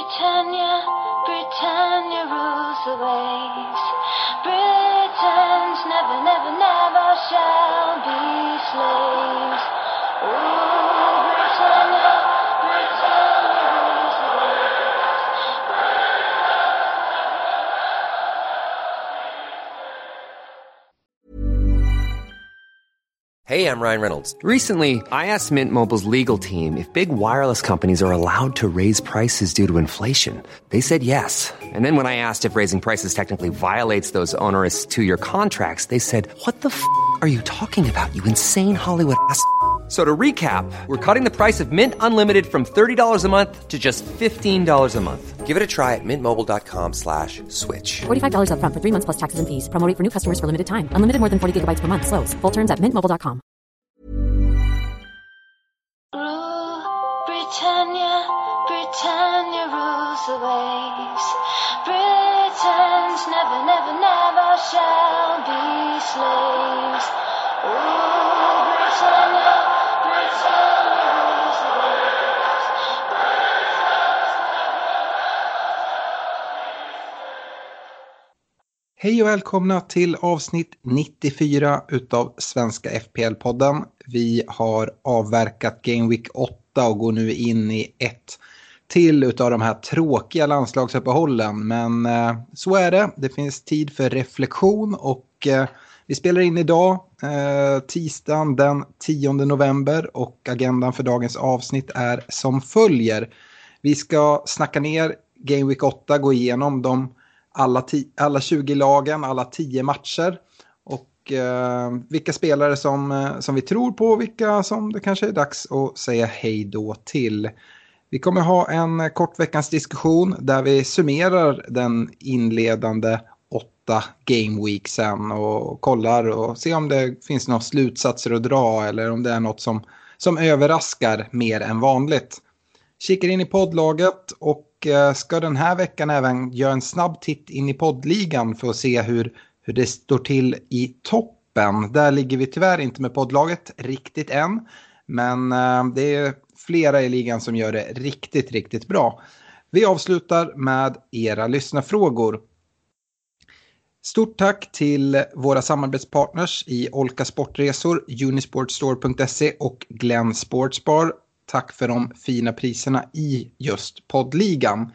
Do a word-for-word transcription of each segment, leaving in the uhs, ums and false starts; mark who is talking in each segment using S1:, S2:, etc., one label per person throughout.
S1: Britannia, Britannia rules the waves. Britons never, never, never shall be slaves. Oh, Britannia, Britannia rules the waves.
S2: Hey, I'm Ryan Reynolds. Recently, I asked Mint Mobile's legal team if big wireless companies are allowed to raise prices due to inflation. They said yes. And then when I asked if raising prices technically violates those onerous two-year contracts, they said, "What the f*** are you talking about, you insane Hollywood ass?" So to recap, we're cutting the price of Mint Unlimited from thirty dollars a month to just fifteen dollars a month. Give it a try at mintmobile.com slash switch.
S3: forty-five dollars up front for three months plus taxes and fees. Promo rate for new customers for limited time. Unlimited more than forty gigabytes per month. Slows full terms at mint mobile dot com.
S1: Britannia, Britannia rules the waves. Britons never, never, never shall be slaves. Oh, Britannia, Britannia rules the waves.
S4: Hej och välkomna till avsnitt nittiofyra utav Svenska F P L-podden. Vi har avverkat Game Week åtta och går nu in i ett till utav de här tråkiga landslagsuppehållen. Men eh, så är det. Det finns tid för reflektion och eh, vi spelar in idag, eh, tisdagen den tionde november, och agendan för dagens avsnitt är som följer. Vi ska snacka ner Game Week åtta, gå igenom de alla, ti- alla tjugo lagen, alla tio matcher och eh, vilka spelare som, eh, som vi tror på, vilka som det kanske är dags att säga hej då till. Vi kommer ha en kort veckans diskussion där vi summerar den inledande åtta game weeksen och kollar och ser om det finns några slutsatser att dra eller om det är något som, som överraskar mer än vanligt. Kikar in i poddlaget och ska den här veckan även göra en snabb titt in i poddligan för att se hur, hur det står till i toppen. Där ligger vi tyvärr inte med poddlaget riktigt än, men det är flera i ligan som gör det riktigt, riktigt bra. Vi avslutar med era lyssnarfrågor. Stort tack till våra samarbetspartners i Olka Sportresor, Unisportstore punkt se och Glenn Sportsbar. Tack för de fina priserna i just poddligan.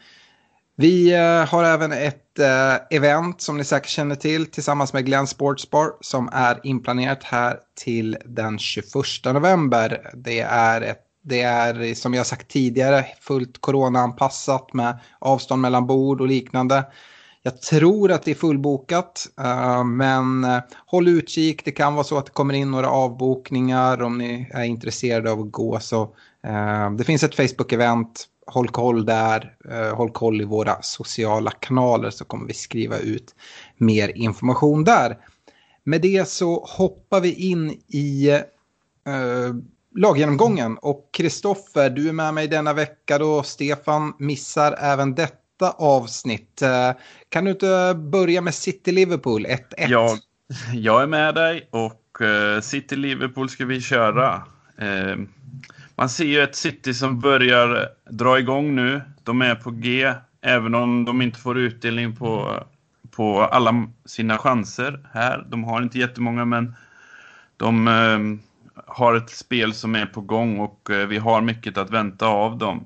S4: Vi eh, har även ett eh, event som ni säkert känner till tillsammans med Glenn Sportsbar som är inplanerat här till den tjugoförsta november. Det är, ett, det är som jag sagt tidigare fullt coronaanpassat med avstånd mellan bord och liknande. Jag tror att det är fullbokat, uh, men uh, håll utkik. Det kan vara så att det kommer in några avbokningar om ni är intresserade av att gå. Så, uh, det finns ett Facebook-event. Håll koll där. Uh, håll koll i våra sociala kanaler så kommer vi skriva ut mer information där. Med det så hoppar vi in i uh, laggenomgången. Och Kristoffer, du är med mig denna vecka då Stefan missar även detta avsnitt. Kan du inte börja med City-Liverpool ett ett?
S5: Ja, jag är med dig och uh, City-Liverpool ska vi köra. Uh, man ser ju ett City som börjar dra igång nu. De är på G, även om de inte får utdelning på, på alla sina chanser här. De har inte jättemånga, men de uh, har ett spel som är på gång och uh, vi har mycket att vänta av dem.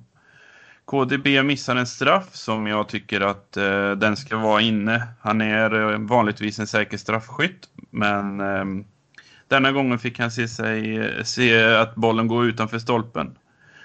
S5: K D B missar en straff som jag tycker att eh, den ska vara inne. Han är eh, vanligtvis en säker straffskytt. Men eh, denna gången fick han se, sig, se att bollen går utanför stolpen.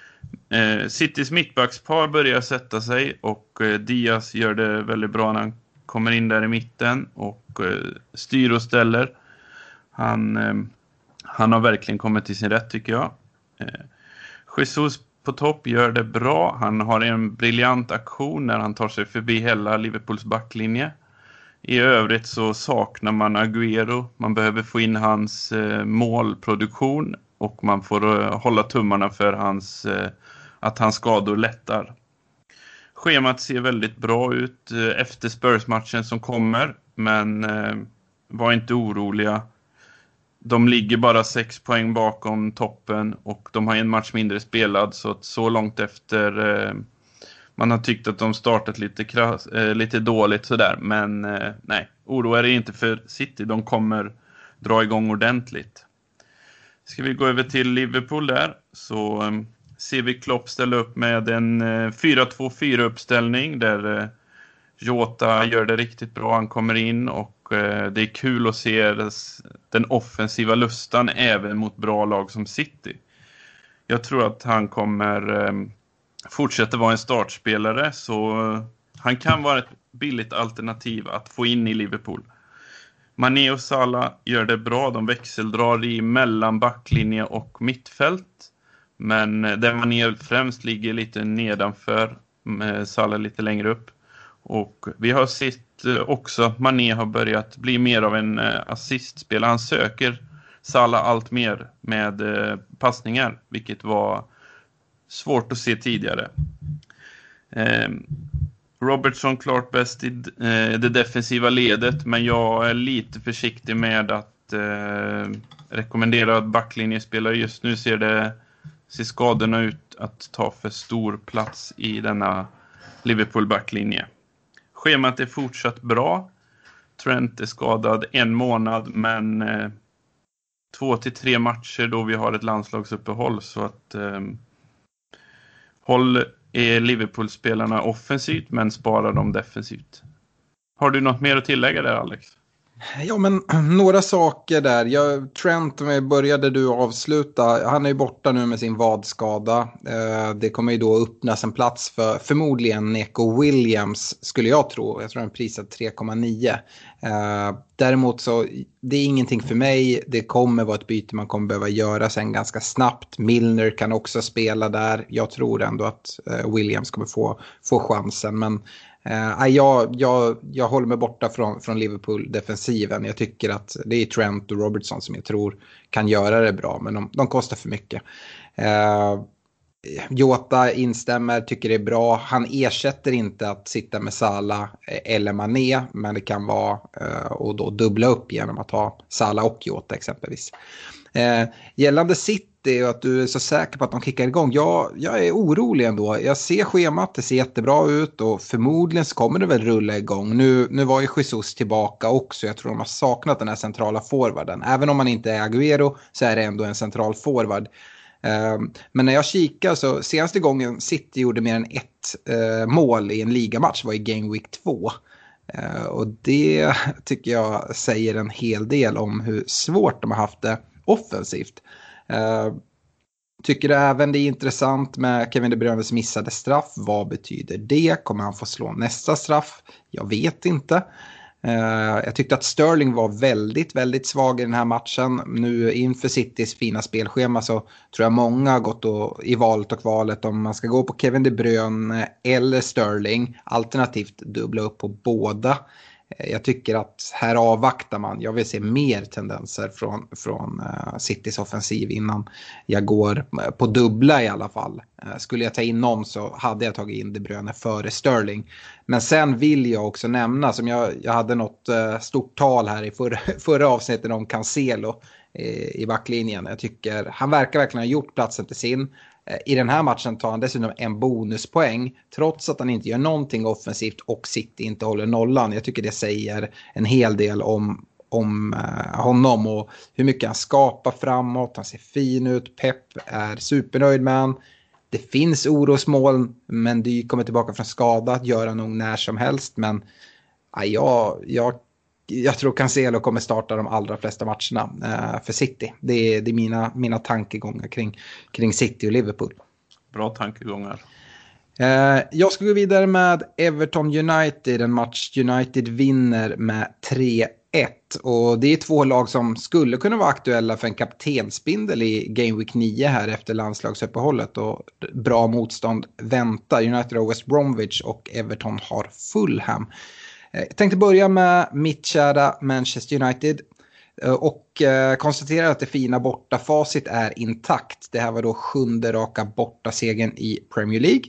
S5: Eh, Citys mittbackspar börjar sätta sig. Och eh, Diaz gör det väldigt bra när han kommer in där i mitten. Och eh, styr och ställer. Han, eh, han har verkligen kommit till sin rätt tycker jag. Eh, Jesus på topp gör det bra. Han har en briljant aktion när han tar sig förbi hela Liverpools backlinje. I övrigt så saknar man Agüero. Man behöver få in hans eh, målproduktion och man får eh, hålla tummarna för hans, eh, att hans skador lättar. Schemat ser väldigt bra ut eh, efter Spurs-matchen som kommer, men eh, var inte oroliga. De ligger bara sex poäng bakom toppen och de har en match mindre spelad, så att så långt efter eh, man har tyckt att de startat lite, krass, eh, lite dåligt sådär. Men eh, nej, oroa är det inte för City. De kommer dra igång ordentligt. Ska vi gå över till Liverpool där, så eh, ser vi Klopp ställa upp med en eh, fyra två fyra uppställning där eh, Jota gör det riktigt bra. Han kommer in och eh, det är kul att se des, den offensiva lustan även mot bra lag som City. Jag tror att han kommer eh, fortsätta vara en startspelare, så eh, han kan vara ett billigt alternativ att få in i Liverpool. Mané och Salah gör det bra. De växeldrar i mellan backlinje och mittfält. Men där Mané främst ligger lite nedanför, med Salah lite längre upp. Och vi har sett också att Mané har börjat bli mer av en assistspelare. Han söker Salah allt mer med passningar, vilket var svårt att se tidigare. Robertson klart bäst i det defensiva ledet, men jag är lite försiktig med att eh, rekommendera att backlinjespelare just nu ser det ser skadorna ut att ta för stor plats i denna Liverpool backlinje. Schemat är fortsatt bra. Trent är skadad en månad, men eh, två till tre matcher då vi har ett landslagsuppehåll, så att eh, håll är Liverpool-spelarna offensivt men sparar dem defensivt. Har du något mer att tillägga där, Alex?
S4: Ja, men några saker där. Jag, Trent, började du avsluta. Han är ju borta nu med sin vadskada. Eh, det kommer ju då öppnas en plats för förmodligen Neco Williams, skulle jag tro. Jag tror han är prisad tre komma nio. Eh, däremot så, det är ingenting för mig. Det kommer vara ett byte man kommer behöva göra sen ganska snabbt. Milner kan också spela där. Jag tror ändå att eh, Williams kommer få, få chansen, men Uh, jag, jag, jag håller mig borta från, från Liverpool-defensiven. Jag tycker att det är Trent och Robertson som jag tror kan göra det bra, men de, de kostar för mycket. Uh, Jota instämmer, tycker det är bra. Han ersätter inte att sitta med Salah eller Mané, men det kan vara uh, och då dubbla upp genom att ha Salah och Jota exempelvis. Uh, gällande City och att du är så säker på att de kickar igång. Jag, jag är orolig ändå. Jag ser schemat, det ser jättebra ut och förmodligen så kommer det väl rulla igång. Nu, nu var ju Jesus tillbaka också. Jag tror de har saknat den här centrala forwarden. Även om man inte är Agüero så är det ändå en central forward. Um, men när jag kikar så senaste gången City gjorde mer än ett uh, mål i en ligamatch var i Game Week två. Uh, och det tycker jag säger en hel del om hur svårt de har haft det offensivt. Uh, tycker det även det är intressant med Kevin De Bruynes missade straff. Vad betyder det? Kommer han få slå nästa straff? Jag vet inte. Uh, jag tyckte att Sterling var väldigt, väldigt svag i den här matchen. Nu inför Citys fina spelschema så tror jag många har gått och, i valet och valet om man ska gå på Kevin De Bruyne eller Sterling. Alternativt dubbla upp på båda. Jag tycker att här avvaktar man. Jag vill se mer tendenser från, från uh, Citys offensiv innan jag går på dubbla i alla fall. Uh, skulle jag ta in någon så hade jag tagit in De Bruyne före Sterling. Men sen vill jag också nämna, som jag, jag hade något uh, stort tal här i förra, förra avsnittet om Cancelo uh, i backlinjen. Jag tycker han verkar verkligen ha gjort platsen till sin. I den här matchen tar han dessutom en bonuspoäng trots att han inte gör någonting offensivt och City inte håller nollan. Jag tycker det säger en hel del om, om uh, honom och hur mycket han skapar framåt. Han ser fin ut, Pep är supernöjd med han. Det finns orosmoln, men Dy kommer tillbaka från skada att göra nog när som helst. Men uh, jag, jag, jag tror Cancelo kommer starta de allra flesta matcherna uh, för City. Det är, det är mina, mina tankegångar kring, kring City och Liverpool.
S5: Bra tankegångar.
S4: Uh, jag ska gå vidare med Everton United. En match United vinner med tre ett. Och det är två lag som skulle kunna vara aktuella för en kaptensbindel i Game Week nio här efter landslagsuppehållet. Och bra motstånd väntar. United har West Bromwich och Everton har Fulham. Jag tänkte börja med mitt kära Manchester United och konstatera att det fina bortafacit är intakt. Det här var då sjunde raka bortasegern i Premier League.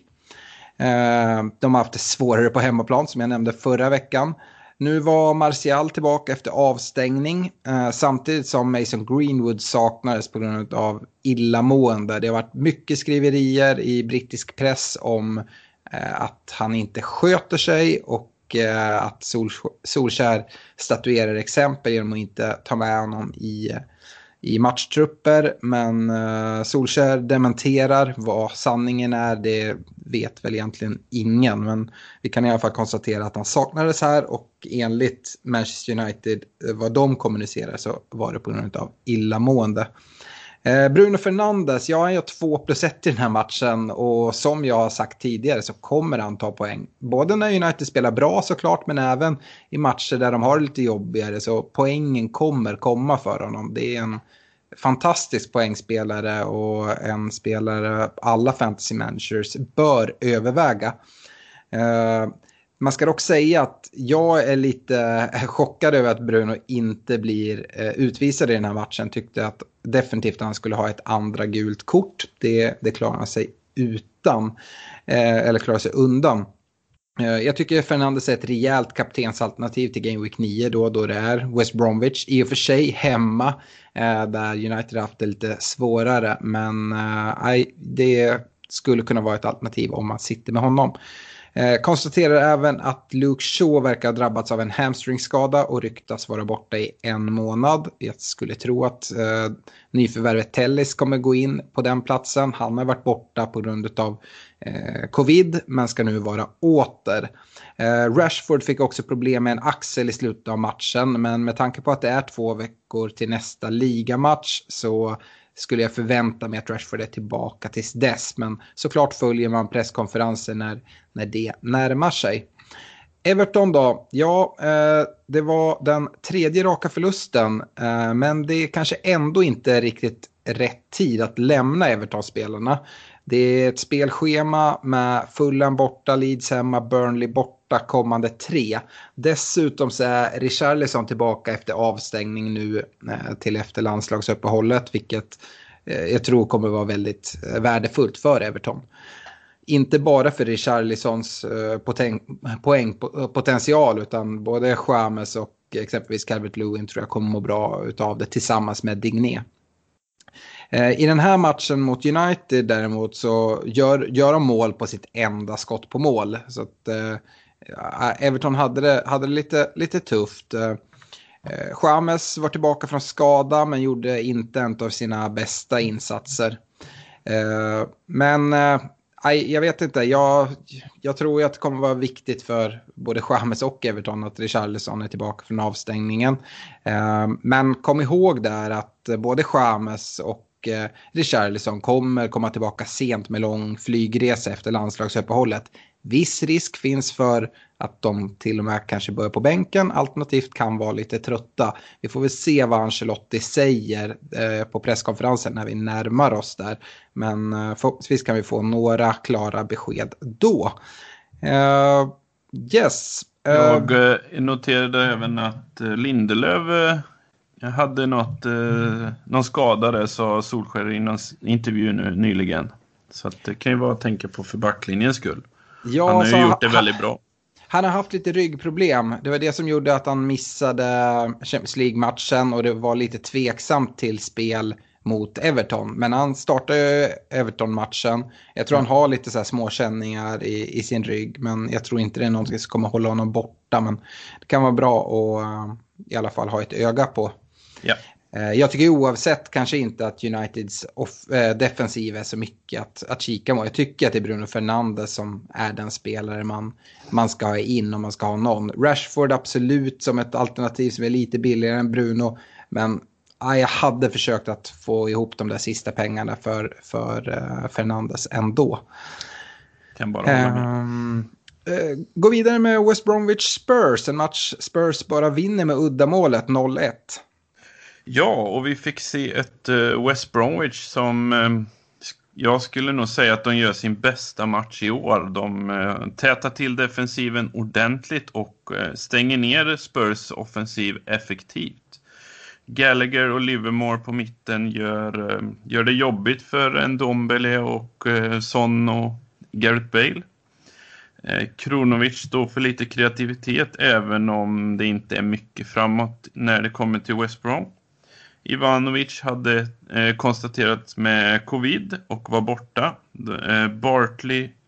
S4: De har haft det svårare på hemmaplan som jag nämnde förra veckan. Nu var Martial tillbaka efter avstängning samtidigt som Mason Greenwood saknades på grund av illamående. Det har varit mycket skriverier i brittisk press om att han inte sköter sig och att Sol, Solskjær statuerar exempel genom att inte ta med honom i, i matchtrupper. Men uh, Solskjær dementerar vad sanningen är, det vet väl egentligen ingen. Men vi kan i alla fall konstatera att han saknades här, och enligt Manchester United, vad de kommunicerar, så var det på grund av illamående. Bruno Fernandes, ja, han gör två plus ett i den här matchen, och som jag har sagt tidigare så kommer han ta poäng. Både när United spelar bra såklart, men även i matcher där de har lite jobbigare, så poängen kommer komma för honom. Det är en fantastisk poängspelare och en spelare alla fantasy managers bör överväga. Man ska dock säga att jag är lite chockad över att Bruno inte blir utvisad i den här matchen. Tyckte att definitivt han skulle ha ett andra gult kort. Det, det klarar han sig utan, eller klarar sig undan. Jag tycker Fernandes är ett rejält kaptensalternativ till Game Week nio då, då det är West Bromwich. I och för sig hemma, där United har haft det lite svårare. Men nej, det skulle kunna vara ett alternativ om man sitter med honom. Eh, konstaterar även att Luke Shaw verkar ha drabbats av en hamstringskada och ryktas vara borta i en månad. Jag skulle tro att eh, nyförvärvet Tellis kommer gå in på den platsen. Han har varit borta på grund av eh, covid, men ska nu vara åter. Eh, Rashford fick också problem med en axel i slutet av matchen, men med tanke på att det är två veckor till nästa ligamatch så skulle jag förvänta mig att Rashford är tillbaka tills dess. Men såklart följer man presskonferenser när, när det närmar sig. Everton då? Ja, eh, det var den tredje raka förlusten. Eh, men det är kanske ändå inte riktigt rätt tid att lämna Everton-spelarna. Det är ett spelschema med Fulham borta, Leeds hemma, Burnley borta kommande tre. Dessutom så är Richarlison tillbaka efter avstängning nu eh, till efter landslagsuppehållet, vilket eh, jag tror kommer vara väldigt eh, värdefullt för Everton. Inte bara för Richarlisons eh, poten- poängpotential, utan både James och exempelvis Calvert-Lewin tror jag kommer må bra utav det tillsammans med Digné. I den här matchen mot United däremot så gör, gör de mål på sitt enda skott på mål. Så att eh, Everton hade det, hade det lite, lite tufft. Eh, James var tillbaka från skada men gjorde inte en av sina bästa insatser. Eh, men eh, jag vet inte, jag, jag tror att det kommer vara viktigt för både James och Everton att Richarlison är tillbaka från avstängningen. Eh, men kom ihåg där att både James och Richarlison kommer komma tillbaka sent med lång flygresa efter landslagsuppehållet. Viss risk finns för att de till och med kanske börjar på bänken, alternativt kan vara lite trötta. Vi får väl se vad Ancelotti säger eh, på presskonferensen när vi närmar oss där. Men eh, förhoppningsvis kan vi få några klara besked då. Uh, yes. Uh,
S5: Jag eh, noterade även att eh, Lindelöf eh, Jag hade något, eh, någon skada där, sa Solskjær i någon intervju nu, nyligen. Så att det kan ju vara att tänka på för backlinjens skull. Ja, han har ju gjort det han, väldigt bra.
S4: Han har haft lite ryggproblem. Det var det som gjorde att han missade Champions League-matchen och det var lite tveksamt till spel mot Everton. Men han startade Everton-matchen. Jag tror han har lite så här små känningar i, i sin rygg. Men jag tror inte det är någonting som kommer hålla honom borta. Men det kan vara bra att uh, i alla fall ha ett öga på.
S5: Ja.
S4: Jag tycker oavsett kanske inte att Uniteds off- äh, defensiv är så mycket att, att kika mot. Jag tycker att det är Bruno Fernandes som är den spelare man, man ska ha in om man ska ha någon. Rashford absolut som ett alternativ som är lite billigare än Bruno. Men ja, jag hade försökt att få ihop de där sista pengarna för, för uh, Fernandes ändå.
S5: Kan bara hålla med.
S4: Um, uh, gå vidare med West Bromwich Spurs. En match Spurs bara vinner med uddamålet noll ett.
S5: Ja, och vi fick se ett uh, West Bromwich som uh, jag skulle nog säga att de gör sin bästa match i år. De uh, tätar till defensiven ordentligt och uh, stänger ner Spurs offensiv effektivt. Gallagher och Livermore på mitten gör, uh, gör det jobbigt för en Ndombele och uh, Son och Gareth Bale. Uh, Kronovic står för lite kreativitet även om det inte är mycket framåt när det kommer till West Brom. Ivanovic hade eh, konstaterat med covid och var borta. Eh, Bartley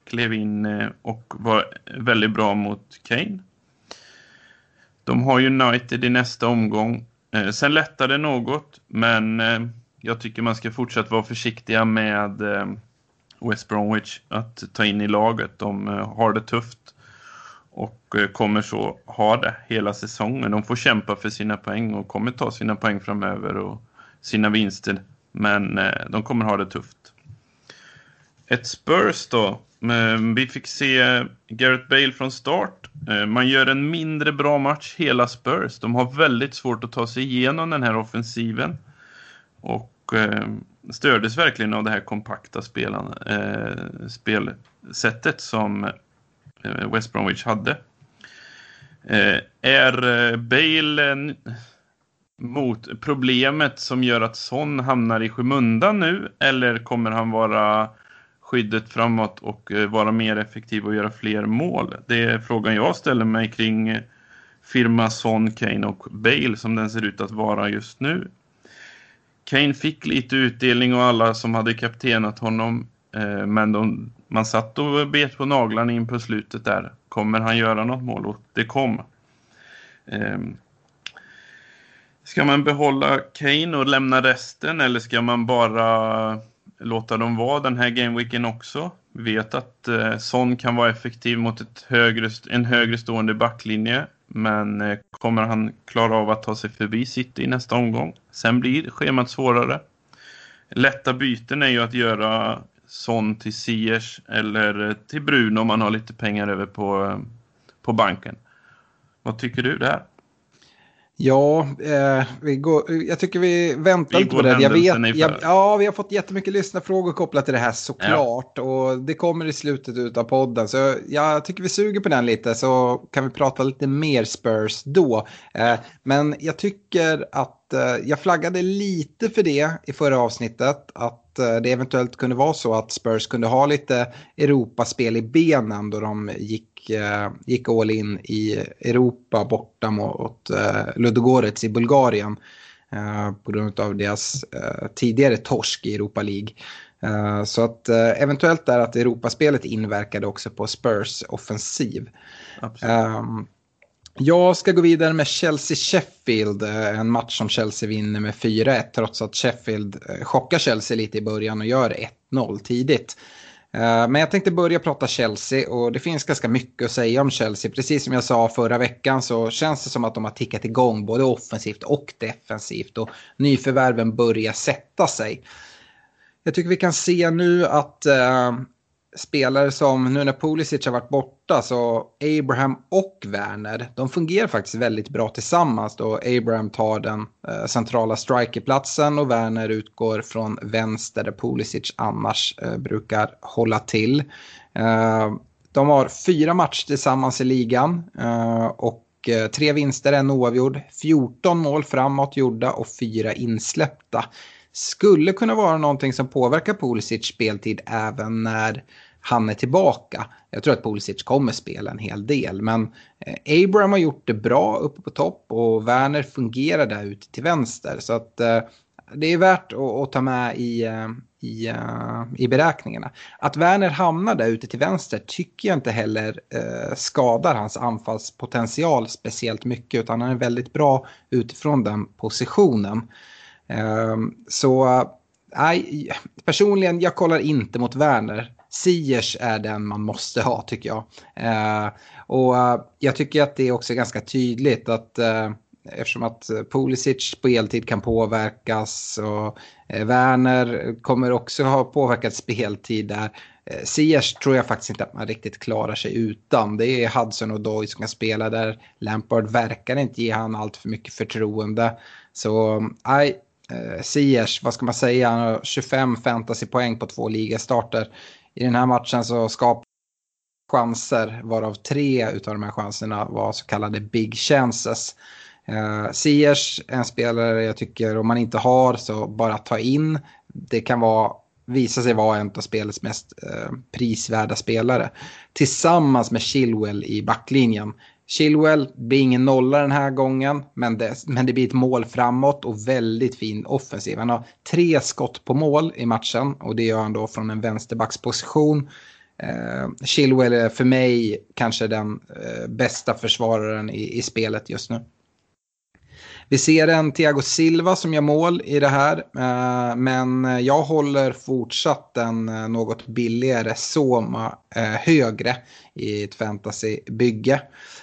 S5: klev in eh, och var väldigt bra mot Kane. De har United i nästa omgång. Eh, sen lättar det något, men eh, jag tycker man ska fortsätta vara försiktiga med eh, West Bromwich att ta in i laget. De eh, har det tufft och eh, kommer så ha det hela säsongen. De får kämpa för sina poäng och kommer ta sina poäng framöver och sina vinster. Men eh, de kommer ha det tufft. Ett Spurs då. Vi fick se Gareth Bale från start. Man gör en mindre bra match, hela Spurs. De har väldigt svårt att ta sig igenom den här offensiven. Och stördes verkligen av det här kompakta spelan, eh, spelsättet som West Bromwich hade. Eh, är Bale mot problemet som gör att Son hamnar i skymundan nu? Eller kommer han vara skyddet framåt och vara mer effektiv och göra fler mål? Det är frågan jag ställer mig kring firma Son, Kane och Bale som den ser ut att vara just nu. Kane fick lite utdelning och alla som hade kaptenat honom, eh, men de, man satt och bet på naglarna in på slutet där. Kommer han göra något mål? Och det kom. Eh, ska man behålla Kane och lämna resten, eller ska man bara låta dem vara den här gameweeken också? Vi vet att eh, Son kan vara effektiv mot ett högre, en högre stående backlinje. Men eh, kommer han klara av att ta sig förbi City i nästa omgång? Sen blir schemat svårare. Lätta byten är ju att göra Son till Ziyech eller till Bruno om man har lite pengar över på, på banken. Vad tycker du där?
S4: Ja, eh, vi går, jag tycker vi väntar
S5: vi
S4: lite på det. Jag vet, jag,
S5: för.
S4: ja, vi har fått jättemycket lyssnarfrågor kopplat till det här såklart. Ja. Och det kommer i slutet av podden. Så jag tycker vi suger på den lite, så kan vi prata lite mer Spurs då. Eh, men jag tycker att eh, jag flaggade lite för det i förra avsnittet. Att eh, det eventuellt kunde vara så att Spurs kunde ha lite Europaspel i benen då de gick gick all in i Europa borta mot uh, Ludogorets i Bulgarien uh, på grund av deras uh, tidigare torsk i Europa League. Uh, så att uh, eventuellt är att Europaspelet inverkade också på Spurs offensiv. Um, jag ska gå vidare med Chelsea-Sheffield, uh, en match som Chelsea vinner med fyra ett trots att Sheffield uh, chockar Chelsea lite i början och gör ett noll tidigt. Men jag tänkte börja prata Chelsea, och det finns ganska mycket att säga om Chelsea. Precis som jag sa förra veckan så känns det som att de har tickat igång både offensivt och defensivt, och nyförvärven börjar sätta sig. Jag tycker vi kan se nu att äh, spelare som nu när Pulisic har varit borta, så Abraham och Werner, de fungerar faktiskt väldigt bra tillsammans då Abraham tar den eh, centrala strikerplatsen och Werner utgår från vänster där Pulisic annars eh, brukar hålla till. Eh, de har fyra matcher tillsammans i ligan eh, och eh, tre vinster, en oavgjord, fjorton mål framåt gjorda och fyra insläppta. Skulle kunna vara någonting som påverkar Pulisic speltid även när han är tillbaka. Jag tror att Pulisic kommer spela en hel del. Men eh, Abraham har gjort det bra uppe på topp och Werner fungerar där ute till vänster. Så att eh, det är värt att, att ta med i, uh, i, uh, i beräkningarna. Att Werner hamnar där ute till vänster tycker jag inte heller uh, skadar hans anfallspotential speciellt mycket. Utan han är väldigt bra utifrån den positionen. Uh, så nej, uh, personligen, jag kollar inte mot Werner. Ziyech är den man måste ha, tycker jag. Uh, och uh, jag tycker att det är också ganska tydligt att uh, eftersom att Pulisic speltid kan påverkas och uh, Werner kommer också ha påverkat speltid där. Uh, Ziyech tror jag faktiskt inte att man riktigt klarar sig utan. Det är Hudson och Doy som kan spela där. Lampard verkar inte ge han allt för mycket förtroende. Så nej. Uh, Ziyech, vad ska man säga? Han har tjugofem fantasypoäng på två ligastarter. I den här matchen så skapade chanser, varav tre utav de här chanserna var så kallade big chances. Uh, Ziyech, en spelare jag tycker om man inte har så bara ta in. Det kan vara, visa sig vara en av spelets mest uh, prisvärda spelare. Tillsammans med Chilwell i backlinjen. Chilwell blir ingen nolla den här gången, men det, men det blir ett mål framåt och väldigt fin offensiv. Han har tre skott på mål i matchen och det gör han då från en vänsterbacksposition. eh, Chilwell är för mig kanske den eh, bästa försvararen i, i spelet just nu. Vi ser en Thiago Silva som gör mål i det här. Eh, men jag håller fortsatt en eh, något billigare Soma eh, högre i ett fantasybygge.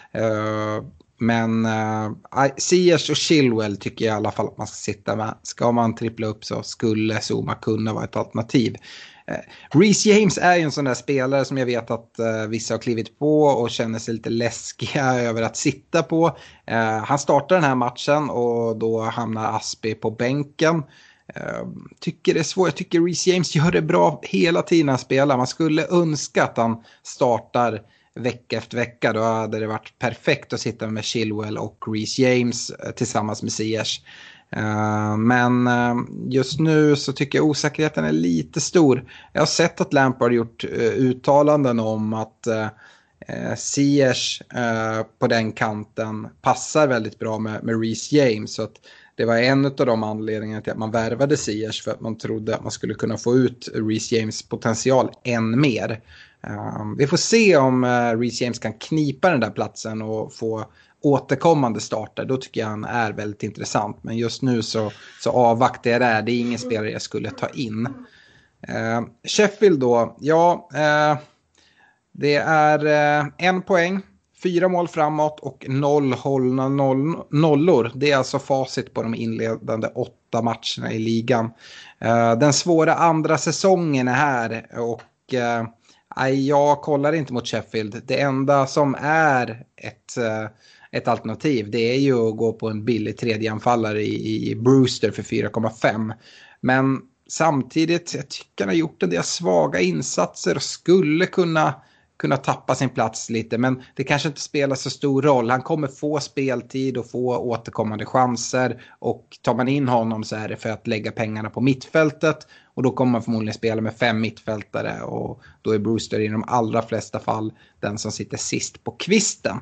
S4: Eh, men eh, Ziyech och Chilwell tycker jag i alla fall att man ska sitta med. Ska man trippla upp så skulle Soma kunna vara ett alternativ. Reece James är ju en sån där spelare som jag vet att uh, vissa har klivit på och känner sig lite läskiga över att sitta på. Uh, han startar den här matchen och då hamnar Aspi på bänken. Uh, tycker det är svårt. Jag tycker Reece James gör det bra hela tiden han spelar. Man skulle önska att han startar vecka efter vecka. Då hade det varit perfekt att sitta med Chilwell och Reece James uh, tillsammans med Ziyech. Uh, men uh, just nu så tycker jag osäkerheten är lite stor. Jag har sett att Lampard gjort uh, uttalanden om att uh, uh, Ziyech uh, på den kanten passar väldigt bra med, med Reece James. Så att det var en av de anledningarna till att man värvade Ziyech, för att man trodde att man skulle kunna få ut Reece James potential än mer. Uh, vi får se om uh, Reece James kan knipa den där platsen och få återkommande starter. Då tycker jag han är väldigt intressant. Men just nu så, så avvaktar jag det. Det är ingen spelare jag skulle ta in. Uh, Sheffield då. Ja, uh, det är uh, en poäng. Fyra mål framåt och noll hållna noll, nollor. Det är alltså facit på de inledande åtta matcherna i ligan. Uh, den svåra andra säsongen är här. Och uh, jag kollar inte mot Sheffield. Det enda som är ett... Uh, Ett alternativ, det är ju att gå på en billig tredjeanfallare i, i Brewster för fyra komma fem. Men samtidigt, jag tycker han har gjort en del svaga insatser och skulle kunna, kunna tappa sin plats lite. Men det kanske inte spelar så stor roll. Han kommer få speltid och få återkommande chanser. Och tar man in honom så är det för att lägga pengarna på mittfältet. Och då kommer man förmodligen spela med fem mittfältare. Och då är Brewster i de allra flesta fall den som sitter sist på kvisten.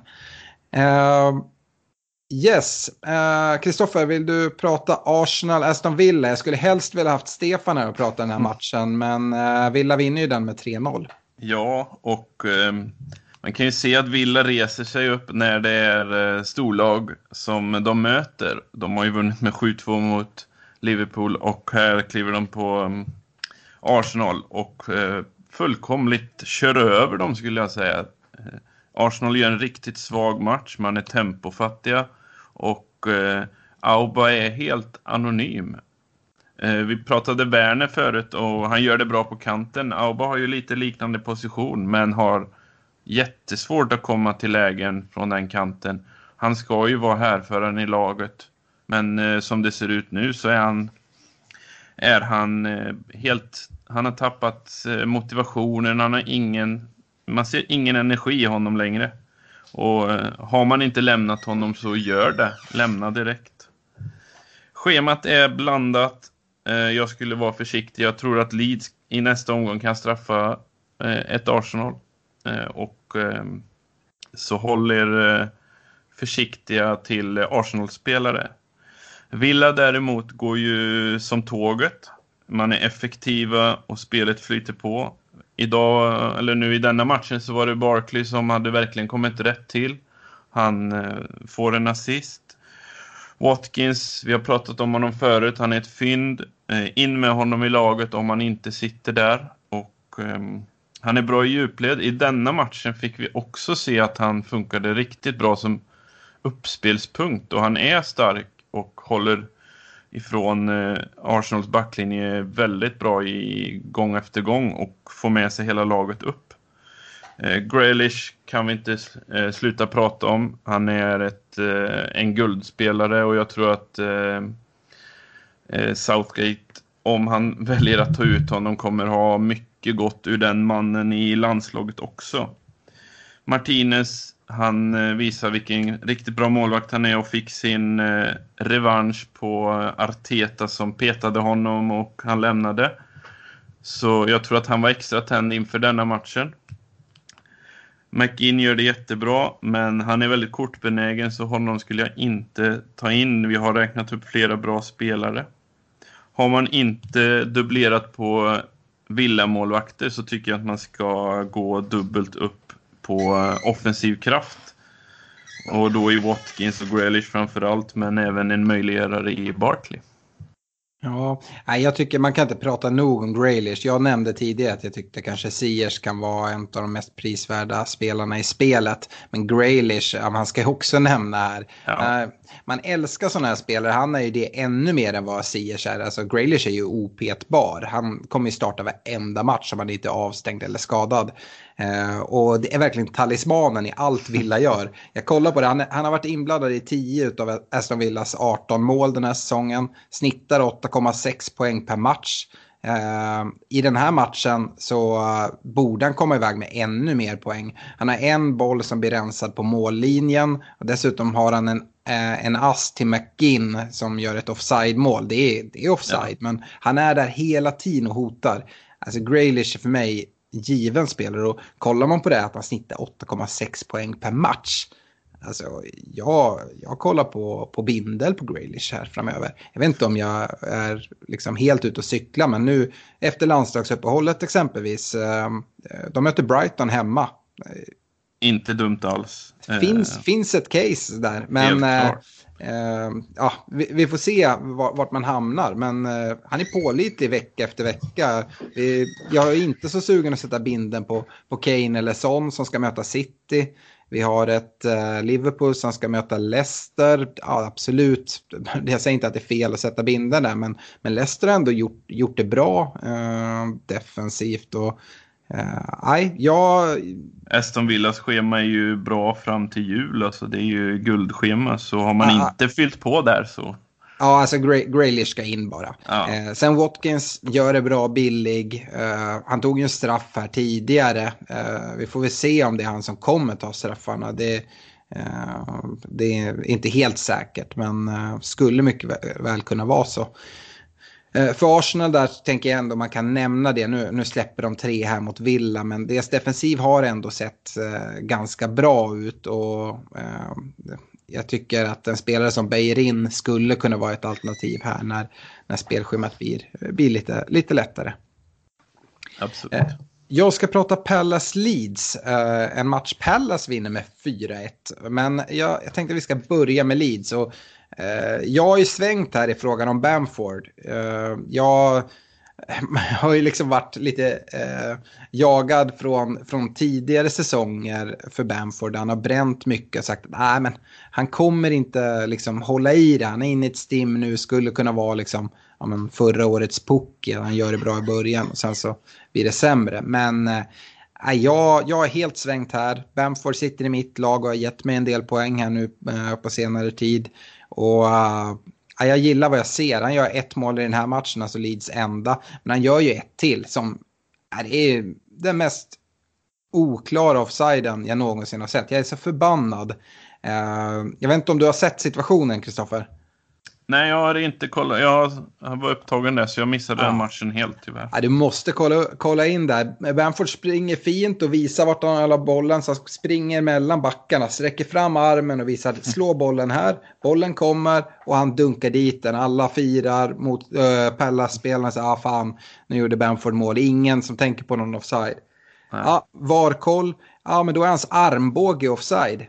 S4: Uh, yes, Kristoffer, uh, vill du prata Arsenal, Aston Villa? Jag skulle helst vilja haft Stefan här och prata den här matchen, men uh, Villa vinner ju den med tre noll.
S5: Ja, och um, man kan ju se att Villa reser sig upp när det är uh, storlag som de möter. De har ju vunnit med sju två mot Liverpool och här kliver de på um, Arsenal och uh, fullkomligt kör över dem, skulle jag säga. Uh, Arsenal gör en riktigt svag match. Man är tempofattiga. Och eh, Auba är helt anonym. Eh, vi pratade Werner förut och han gör det bra på kanten. Auba har ju lite liknande position men har jättesvårt att komma till lägen från den kanten. Han ska ju vara härföraren i laget. Men eh, som det ser ut nu så är han, är han eh, helt... Han har tappat eh, motivationen. Han har ingen... Man ser ingen energi i honom längre. Och eh, har man inte lämnat honom så gör det. Lämna direkt. Schemat är blandat. Eh, jag skulle vara försiktig. Jag tror att Leeds i nästa omgång kan straffa eh, ett Arsenal. Eh, och eh, så håller eh, försiktiga till Arsenal-spelare. Villa däremot går ju som tåget. Man är effektiva och spelet flyter på. Idag, eller nu i denna matchen så var det Barkley som hade verkligen kommit rätt till. Han eh, får en assist. Watkins, vi har pratat om honom förut. Han är ett fynd. Eh, in med honom i laget om han inte sitter där. Och eh, han är bra i djupled. I denna matchen fick vi också se att han funkade riktigt bra som uppspelspunkt. Och han är stark och håller ifrån eh, Arsenals backlinje väldigt bra i gång efter gång och får med sig hela laget upp. Eh, Grealish kan vi inte eh, sluta prata om. Han är ett, eh, en guldspelare och jag tror att eh, eh, Southgate, om han väljer att ta ut honom, kommer ha mycket gott ur den mannen i landslaget också. Martinez, han eh, visar vilken riktigt bra målvakt han är och fick sin eh, revansch på Arteta som petade honom och han lämnade. Så jag tror att han var extra tänd inför denna matchen. McGinn gör det jättebra, men han är väldigt kortbenägen så honom skulle jag inte ta in. Vi har räknat upp flera bra spelare. Har man inte dubblerat på Villa-målvakter så tycker jag att man ska gå dubbelt upp på offensiv kraft. Och då i Watkins och Grealish framförallt, men även en möjliggörare i Barkley.
S4: Ja, nej, jag tycker man kan inte prata nog om Grealish. Jag nämnde tidigare att jag tyckte kanske Ziyech kan vara en av de mest prisvärda spelarna i spelet. Men Grealish, ja, man ska också nämna här. Ja. Uh, man älskar sådana här spelare. Han är ju det ännu mer än vad Ziyech är. Alltså Grealish är ju opetbar. Han kommer ju starta varenda match om han inte är avstängd eller skadad. Uh, och det är verkligen talismanen i allt Villa gör. Jag kollar på det, han, han har varit inblandad i tio av Aston Villas arton mål den här säsongen. Snittar åtta komma sex poäng per match. Uh, I den här matchen så uh, borde han komma iväg med ännu mer poäng. Han har en boll som blir rensad på mållinjen. Och dessutom har han en, uh, en ass till McGinn som gör ett offside-mål. Det är, det är offside, ja. Men han är där hela tiden och hotar. Alltså Grealish är för mig given spelare, och kollar man på det att han snittar åtta komma sex poäng per match. Alltså jag, jag kollar på, på bindel på Grealish här framöver. Jag vet inte om jag är liksom helt ute och cykla, men nu efter landslagsuppehållet exempelvis, de möter Brighton hemma.
S5: Inte dumt alls.
S4: Finns, uh, finns ett case där, men uh, uh, ja, vi, vi får se vart, vart man hamnar. Men uh, han är pålitlig vecka efter vecka. Vi, jag är inte så sugen att sätta binden på, på Kane eller Son som ska möta City. Vi har ett uh, Liverpool som ska möta Leicester. Ja, absolut. Jag säger inte att det är fel att sätta binden där, men, men Leicester har ändå gjort, gjort det bra uh, defensivt. Och nej, uh, jag...
S5: Aston Villas schema är ju bra fram till jul. Alltså det är ju guldschema. Så har man uh, inte fyllt på där så...
S4: Ja, alltså Gray- Grealish ska in bara.
S5: Ja.
S4: Eh, sen Watkins gör det bra billig. Eh, han tog ju en straff här tidigare. Eh, vi får väl se om det är han som kommer ta straffarna. Det, eh, det är inte helt säkert, men eh, skulle mycket väl, väl kunna vara så. Eh, för Arsenal där tänker jag ändå man kan nämna det. Nu, nu släpper de tre här mot Villa, men deras defensiv har ändå sett eh, ganska bra ut, och eh, jag tycker att en spelare som Bellerin skulle kunna vara ett alternativ här när, när spelschemat blir, blir lite, lite lättare.
S5: Absolut.
S4: Jag ska prata Palace Leeds. En match Palace vinner med fyra ett. Men jag, jag tänkte att vi ska börja med Leeds. Och, jag har ju svängt här i frågan om Bamford. Jag... Jag har ju liksom varit lite eh, jagad från, från tidigare säsonger för Bamford. Han har bränt mycket och sagt att nej, men han kommer inte liksom hålla i det. Han är inne i ett stim nu, skulle kunna vara liksom, ja, men förra årets puck. Han gör det bra i början och sen så blir det sämre. Men eh, jag, jag är helt svängt här. Bamford sitter i mitt lag och har gett mig en del poäng här nu eh, på senare tid. Och... Uh, jag gillar vad jag ser. Han gör ett mål i den här matchen, alltså Leeds enda. Men han gör ju ett till som är den mest oklara offsiden jag någonsin har sett. Jag är så förbannad. Jag vet inte om du har sett situationen, Kristoffer?
S5: Nej, jag har inte kollat. Jag var upptagen där så jag missade ja. den matchen helt tyvärr.
S4: Ja, du måste kolla, kolla in där. Bamford springer fint och visar vart han har bollen. Så springer mellan backarna, sträcker fram armen och visar slå bollen här. Bollen kommer och han dunkar dit den. Alla firar mot äh, Palace-spelarna. Så, ah, fan, nu gjorde Bamford mål. Ingen som tänker på någon offside. Nej. Ja, VAR-koll. Ja, men då är hans armbåge offside.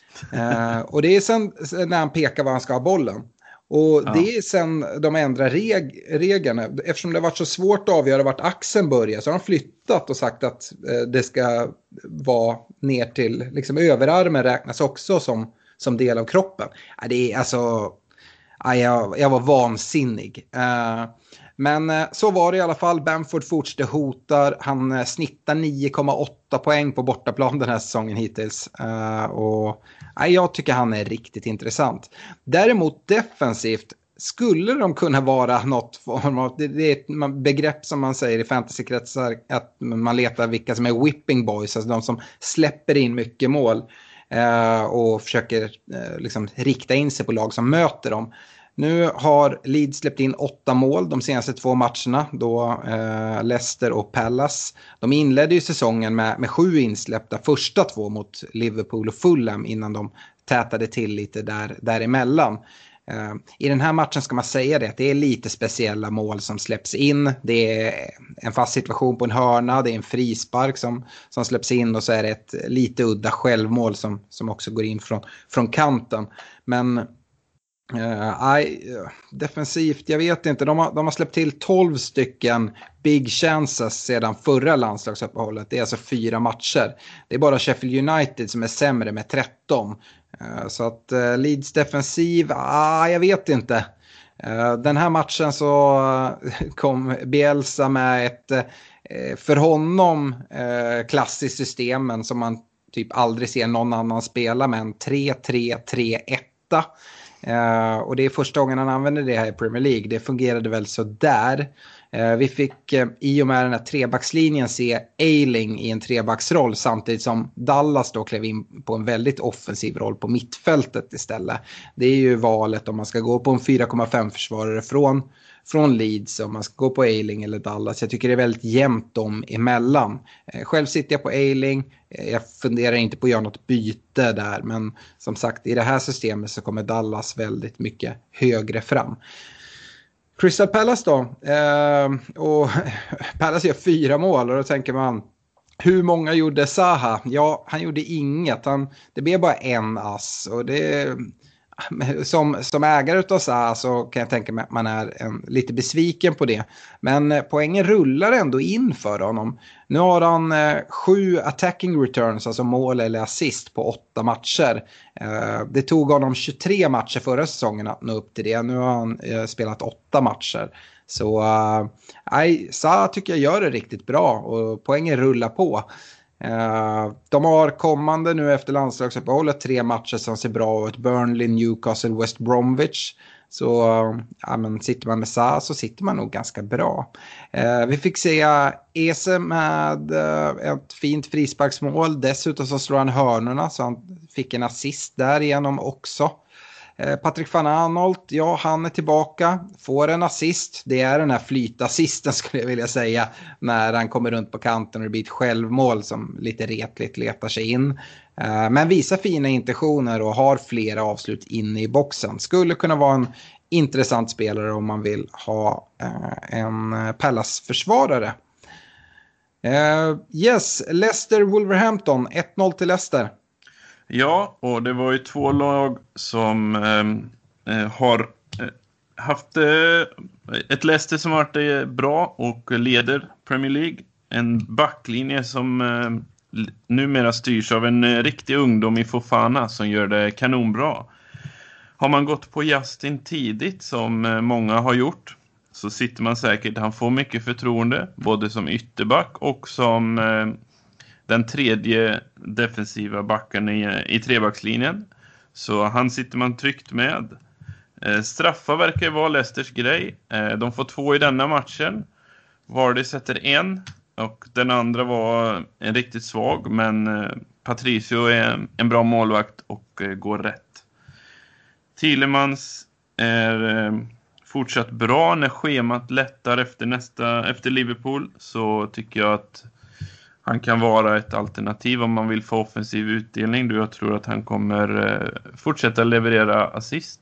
S4: uh, och det är sen när han pekar var han ska ha bollen. Och ja. det är sen de ändrar reg- reglerna. Eftersom det har varit så svårt att avgöra vart axeln börjar, så har de flyttat och sagt att eh, det ska vara ner till, liksom överarmen räknas också som, som del av kroppen. Ja, det är alltså, ja, jag, jag var vansinnig. Uh, men uh, så var det i alla fall. Bamford fortsätter hotar. Han uh, snittar nio komma åtta poäng på bortaplan den här säsongen hittills. Uh, och uh, jag tycker han är riktigt intressant. Däremot defensivt skulle de kunna vara något form av, det, det är ett begrepp som man säger i fantasykretsar, att man letar vilka som är whipping boys, alltså de som släpper in mycket mål. Uh, och försöker uh, liksom rikta in sig på lag som möter dem. Nu har Leeds släppt in åtta mål de senaste två matcherna, då uh, Leicester och Palace. De inledde ju säsongen med, med sju insläppta, första två mot Liverpool och Fulham innan de tätade till lite där, däremellan. Uh, I den här matchen ska man säga det att det är lite speciella mål som släpps in. Det är en fast situation på en hörna, det är en frispark som, som släpps in och så är det ett lite udda självmål som, som också går in från, från kanten. Men Uh, I, uh, defensivt, jag vet inte. De har, de har släppt till tolv stycken big chances sedan förra landslagsuppehållet. Det är alltså fyra matcher. Det är bara Sheffield United som är sämre med tretton. Uh, så att uh, Leeds defensiv, ah, jag vet inte. Uh, den här matchen så uh, kom Bielsa med ett uh, för honom uh, klassiskt system, men som man typ aldrig ser någon annan spela, med en tre tre tre ett. Uh, och det är första gången han använder det här i Premier League. Det fungerade väl så där. Uh, vi fick uh, i och med den här trebackslinjen se Ayling i en trebacksroll, samtidigt som Dallas då klev in på en väldigt offensiv roll på mittfältet istället. Det är ju valet om man ska gå på en fyra komma fem försvarare från, från Leeds, om man ska gå på Ayling eller Dallas. Jag tycker det är väldigt jämnt dem emellan. Uh, själv sitter jag på Ayling. Jag funderar inte på att göra något byte där, men som sagt, i det här systemet så kommer Dallas väldigt mycket högre fram. Crystal Palace då, eh, och Palace gör fyra mål och då tänker man, hur många gjorde Zaha? Ja, han gjorde inget, han, det blev bara en ass, och det Som, som ägare av Zaha så kan jag tänka mig att man är en, lite besviken på det. Men eh, poängen rullar ändå in för honom. Nu har han eh, sju attacking returns, alltså mål eller assist på åtta matcher. Eh, det tog honom tjugotre matcher förra säsongen att nå upp till det. Nu har han eh, spelat åtta matcher. Så eh, Zaha tycker jag gör det riktigt bra och poängen rullar på. Uh, de har kommande nu efter landslagsuppehållet tre matcher som ser bra ut: Burnley, Newcastle, West Bromwich. Så uh, ja, men sitter man med Zaha så sitter man nog ganska bra. Uh, vi fick se Eze med uh, ett fint frisparksmål. Dessutom så slår han hörnorna, så han fick en assist där igenom också. Patrick van Aanholt, ja, han är tillbaka, får en assist. Det är den här flytassisten skulle jag vilja säga, när han kommer runt på kanten och det blir ett självmål som lite retligt letar sig in. Men visar fina intentioner och har flera avslut inne i boxen. Skulle kunna vara en intressant spelare om man vill ha en Palace-försvarare. Yes, Leicester Wolverhampton, ett noll till Leicester.
S5: Ja, och det var ju två lag som eh, har eh, haft eh, ett Leicester som har varit eh, bra och leder Premier League. En backlinje som eh, numera styrs av en eh, riktig ungdom i Fofana som gör det kanonbra. Har man gått på Justin tidigt, som eh, många har gjort, så sitter man säkert, han får mycket förtroende både som ytterback och som eh, den tredje defensiva backen i, i trebackslinjen. Så han sitter man tryggt med. Eh, straffar verkar ju vara Leicesters grej. Eh, de får två i denna matchen. Vardy sätter en och den andra var en riktigt svag. Men eh, Patricio är en bra målvakt och eh, går rätt. Thielemans är eh, fortsatt bra. När schemat lättar efter, nästa, efter Liverpool så tycker jag att han kan vara ett alternativ om man vill få offensiv utdelning. Jag tror att han kommer eh, fortsätta leverera assist.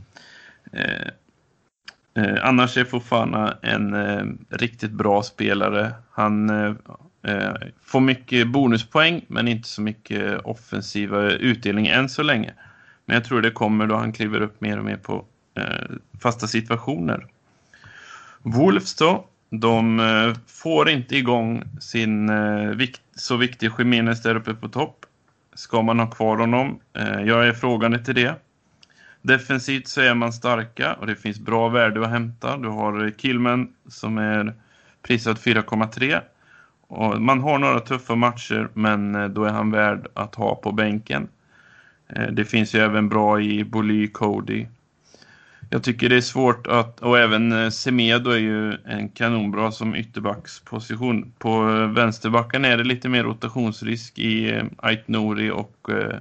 S5: Eh, eh, annars är Fofana en eh, riktigt bra spelare. Han eh, eh, får mycket bonuspoäng men inte så mycket offensiva utdelning än så länge. Men jag tror det kommer då han kliver upp mer och mer på eh, fasta situationer. Wolves då. De eh, får inte igång sin eh, vikt, så viktiga Jimenez där uppe på topp. Ska man ha kvar honom? Eh, jag är frågande till det. Defensivt så är man starka och det finns bra värde att hämta. Du har Kilman som är prisad fyra komma tre. Och man har några tuffa matcher, men eh, då är han värd att ha på bänken. Eh, det finns ju även bra i Boly, Cody. Jag tycker det är svårt att, och även Semedo är ju en kanonbra som ytterbacksposition. På vänsterbacken är det lite mer rotationsrisk i Ait Nouri och eh,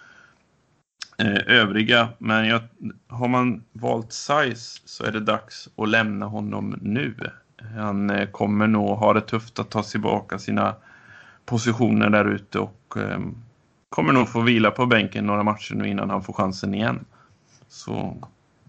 S5: övriga. Men jag, har man valt size så är det dags att lämna honom nu. Han eh, kommer nog ha det tufft att ta tillbaka sina positioner där ute och eh, kommer nog få vila på bänken några matcher nu innan han får chansen igen. Så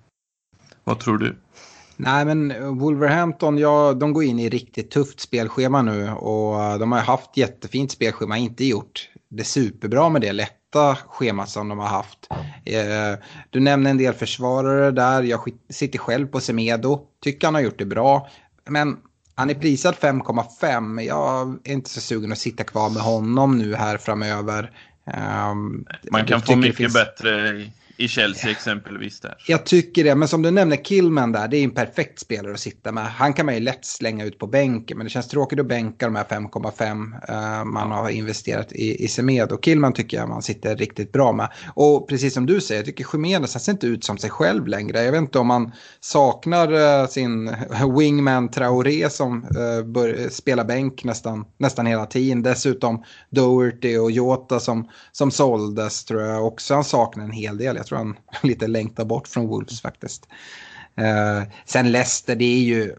S5: Vad tror du?
S4: Nej, men Wolverhampton, ja, de går in i riktigt tufft spelschema nu och de har haft jättefint spelschema, inte gjort det superbra med det lätta schemat som de har haft. Eh, du nämner en del försvarare där, jag sitter själv på Semedo, tycker han har gjort det bra, men han är prisad fem komma fem, jag är inte så sugen att sitta kvar med honom nu här framöver. Eh,
S5: Man kan få mycket finns... bättre i... I Chelsea exempelvis där.
S4: Jag tycker det, men som du nämner Kilman där, det är en perfekt spelare att sitta med. Han kan man ju lätt slänga ut på bänken, men det känns tråkigt att bänka de här fem komma fem uh, man har investerat i, i Semedo. Och Kilman tycker jag man sitter riktigt bra med. Och precis som du säger, jag tycker Jimenez ser inte ut som sig själv längre. Jag vet inte om man saknar uh, sin wingman Traoré som uh, bör, spelar bänk nästan, nästan hela tiden. Dessutom Doherty och Jota som, som såldes tror jag också. Han saknar en hel del. Jag tror han lite längtar bort från Wolves faktiskt. Eh, sen Leicester, det är ju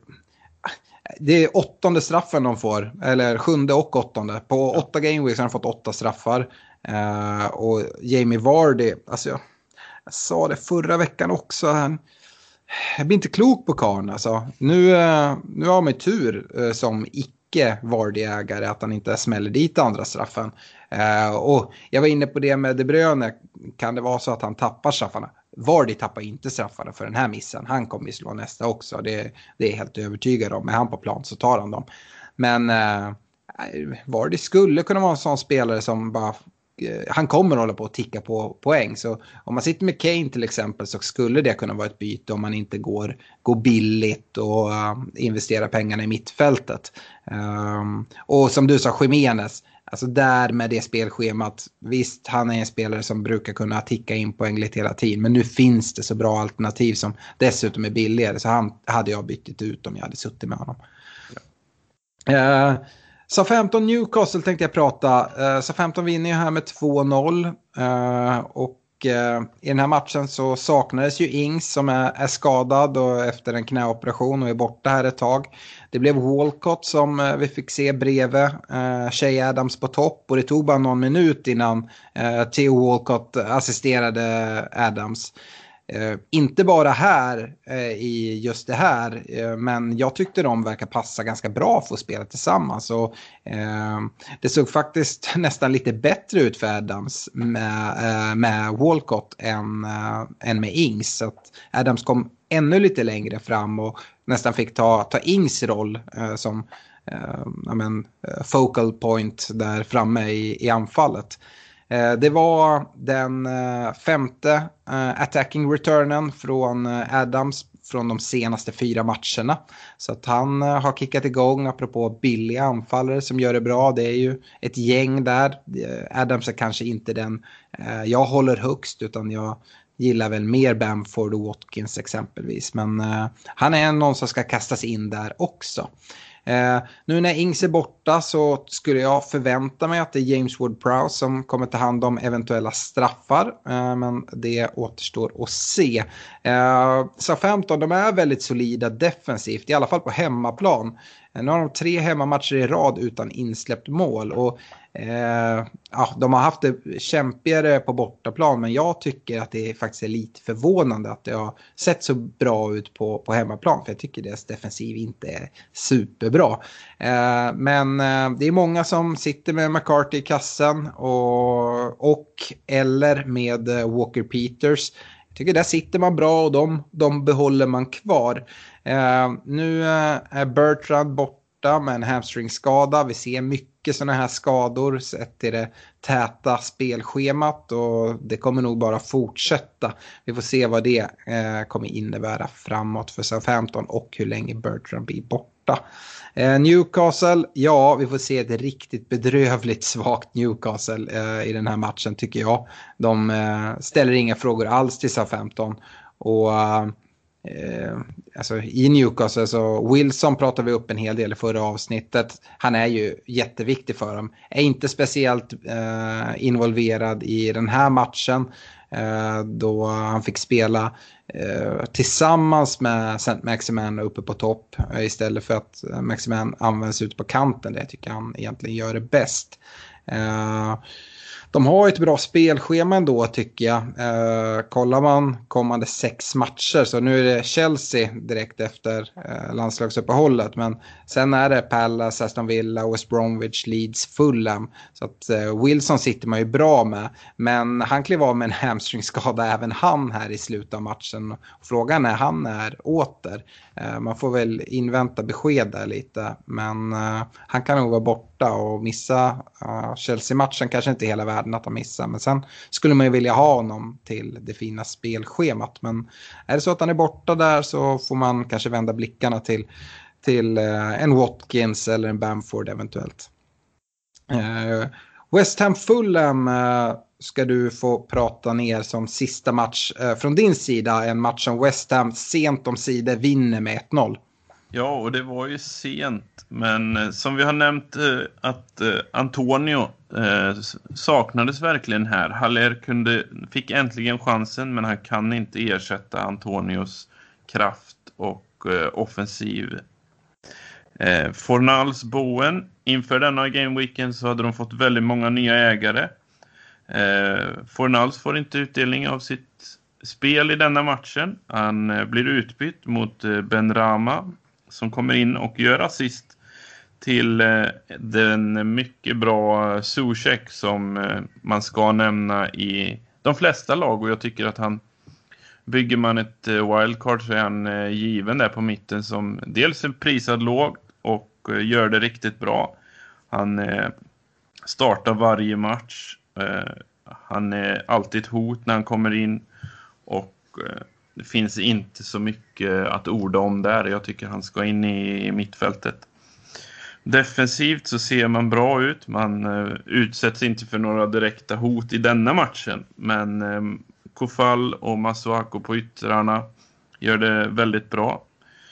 S4: det är åttonde straffen de får, eller sjunde och åttonde. På åtta gameweeks har de fått åtta straffar. Eh, och Jamie Vardy, alltså jag, jag sa det förra veckan också, han, jag blir inte klok på karln alltså. Nu, eh, nu har man tur eh, som icke Vardy-ägare att han inte smäller dit andra straffen. Uh, och jag var inne på det med De Bruyne, kan det vara så att han tappar straffarna? Vardy tappar inte straffarna för den här missen, han kommer ju slå nästa också, det, det är helt övertygad om, med han på plan så tar han dem. Men uh, Vardy skulle kunna vara en sån spelare som bara, uh, han kommer hålla på att ticka på poäng, så om man sitter med Kane till exempel så skulle det kunna vara ett byte om man inte går, går billigt och uh, investerar pengarna i mittfältet. Um, och som du sa, Jimenez, alltså där med det spelschemat, visst han är en spelare som brukar kunna ticka in poäng lite hela tiden, men nu finns det så bra alternativ som dessutom är billigare, så han hade jag bytt ut om jag hade suttit med honom. Ja. Uh, Southampton Newcastle tänkte jag prata. Uh, Southampton vinner ju här med två noll uh, och uh, i den här matchen så saknades ju Ings som är, är skadad och efter en knäoperation och är borta här ett tag. Det blev Walcott som uh, vi fick se bredvid uh, Shea Adams på topp, och det tog bara någon minut innan uh, Theo Walcott assisterade Adams. Uh, inte bara här uh, i just det här, uh, men jag tyckte de verkar passa ganska bra för att spela tillsammans. Och, uh, det såg faktiskt nästan lite bättre ut för Adams med, uh, med Walcott än, uh, än med Ings. Så att Adams kom ännu lite längre fram och nästan fick ta, ta Ings roll uh, som uh, I mean, uh, focal point där framme i, i anfallet. Det var den femte attacking returnen från Adams från de senaste fyra matcherna. Så att han har kickat igång, apropå billiga anfallare som gör det bra. Det är ju ett gäng där. Adams är kanske inte den jag håller högst, utan jag gillar väl mer Bamford och Watkins exempelvis. Men han är någon som ska kastas in där också. Eh, nu när Ings är borta så skulle jag förvänta mig att det är James Ward-Prowse som kommer ta hand om eventuella straffar, eh, men det återstår att se. eh, Southampton, de är väldigt solida defensivt, i alla fall på hemmaplan. eh, Nu har de tre hemmamatcher i rad utan insläppt mål, och Eh, ja, de har haft det kämpigare på bortaplan, men jag tycker att det faktiskt är lite förvånande att det har sett så bra ut på, på hemmaplan, för jag tycker deras defensiv inte är superbra. Eh, men eh, det är många som sitter med McCarthy i kassen och, och eller med Walker Peters. Jag tycker där sitter man bra och de, de behåller man kvar. Eh, nu är Bertrand borta med en hamstringskada. Vi ser mycket sådana här skador sett till det täta spelschemat, och det kommer nog bara fortsätta. Vi får se vad det eh, kommer innebära framåt för Southampton och hur länge Bertrand blir borta. Eh, Newcastle, ja, vi får se ett riktigt bedrövligt svagt Newcastle eh, i den här matchen tycker jag. De eh, ställer inga frågor alls till Southampton, och Eh, alltså i Newcastle så Wilson pratade vi upp en hel del i förra avsnittet. Han är ju jätteviktig för dem. Är inte speciellt eh, involverad i den här matchen eh, då han fick spela eh, tillsammans med Saint Maximin uppe på topp eh, istället för att Maximin används ut på kanten. Det tycker han egentligen gör det bäst. Eh, de har ett bra spelschema ändå tycker jag. Eh, kollar man kommande sex matcher så nu är det Chelsea direkt efter eh, landslagsuppehållet. Men sen är det Palace, Aston Villa, West Bromwich, Leeds, Fulham. Så att eh, Wilson sitter man ju bra med. Men han klev av med en hamstringskada även han här i slutet av matchen. Och frågan är han är åter. Eh, man får väl invänta besked där lite. Men eh, han kan nog vara borta och missa uh, Chelsea-matchen. Kanske inte hela världen att han missar. Men sen skulle man ju vilja ha honom till det fina spelschemat. Men är det så att han är borta där så får man kanske vända blickarna till, till uh, en Watkins eller en Bamford eventuellt. Uh, West Ham Fulham uh, ska du få prata ner som sista match uh, från din sida. En match som West Ham sent om sidor vinner med ett noll.
S5: Ja, och det var ju sent. Men eh, som vi har nämnt eh, att eh, Antonio eh, saknades verkligen här. Haller kunde, fick äntligen chansen, men han kan inte ersätta Antonios kraft och eh, offensiv. Eh, Fornals Boen, inför denna gameweekend så hade de fått väldigt många nya ägare. Eh, Fornals får inte utdelning av sitt spel i denna matchen. Han eh, blir utbytt mot eh, Ben Rama, som kommer in och gör assist till eh, den mycket bra Soucek som eh, man ska nämna i de flesta lag. Och jag tycker att han, bygger man ett eh, wildcard så är han eh, given där på mitten som dels är prisad låg och eh, gör det riktigt bra. Han eh, startar varje match. Eh, han är alltid ett hot när han kommer in och eh, det finns inte så mycket att orda om där. Jag tycker han ska in i mittfältet. Defensivt så ser man bra ut. Man uh, utsätts inte för några direkta hot i denna matchen. Men um, Kofall och Masuako på yttrarna gör det väldigt bra.